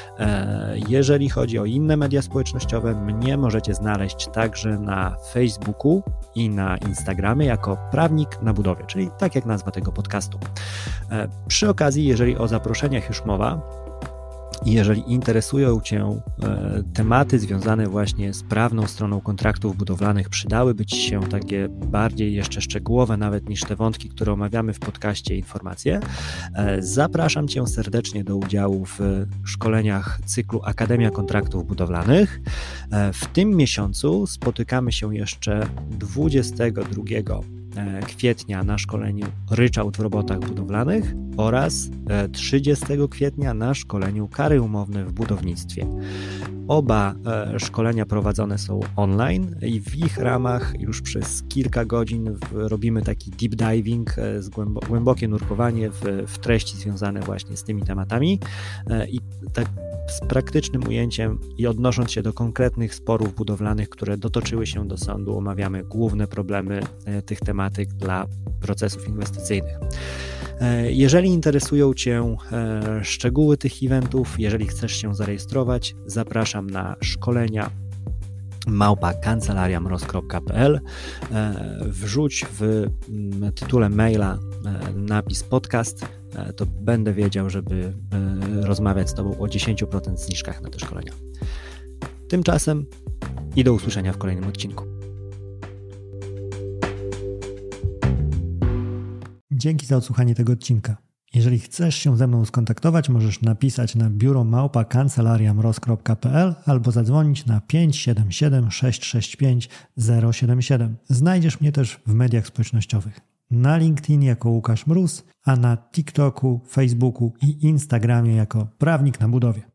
Jeżeli chodzi o inne media społecznościowe, mnie możecie znaleźć także na Facebooku i na Instagramie jako Prawnik na Budowie, czyli tak jak nazwa tego podcastu. Przy okazji, jeżeli o zaproszeniach już mowa, i jeżeli interesują Cię e, tematy związane właśnie z prawną stroną kontraktów budowlanych, przydałyby Ci się takie bardziej jeszcze szczegółowe nawet niż te wątki, które omawiamy w podcaście informacje, e, zapraszam Cię serdecznie do udziału w szkoleniach cyklu Akademia Kontraktów Budowlanych. E, w tym miesiącu spotykamy się jeszcze dwudziestego drugiego kwietnia na szkoleniu Ryczałt w robotach budowlanych oraz trzydziestego kwietnia na szkoleniu Kary umowne w budownictwie. Oba szkolenia prowadzone są online i w ich ramach już przez kilka godzin robimy taki deep diving, głębokie nurkowanie w, w treści związane właśnie z tymi tematami i tak z praktycznym ujęciem i odnosząc się do konkretnych sporów budowlanych, które dotoczyły się do sądu, omawiamy główne problemy tych tematyk dla procesów inwestycyjnych. Jeżeli interesują Cię szczegóły tych eventów, jeżeli chcesz się zarejestrować, zapraszam na szkolenia małpa kancelaria mroz kropka p l. Wrzuć w tytule maila napis podcast, to będę wiedział, żeby rozmawiać z Tobą o dziesięć procent zniżkach na te szkolenia. Tymczasem i do usłyszenia w kolejnym odcinku. Dzięki za odsłuchanie tego odcinka. Jeżeli chcesz się ze mną skontaktować, możesz napisać na biuro małpa kancelaria mroz kropka p l albo zadzwonić na pięć siedem siedem sześć sześć pięć zero siedem siedem. Znajdziesz mnie też w mediach społecznościowych. Na LinkedIn jako Łukasz Mróz, a na TikToku, Facebooku i Instagramie jako Prawnik na Budowie.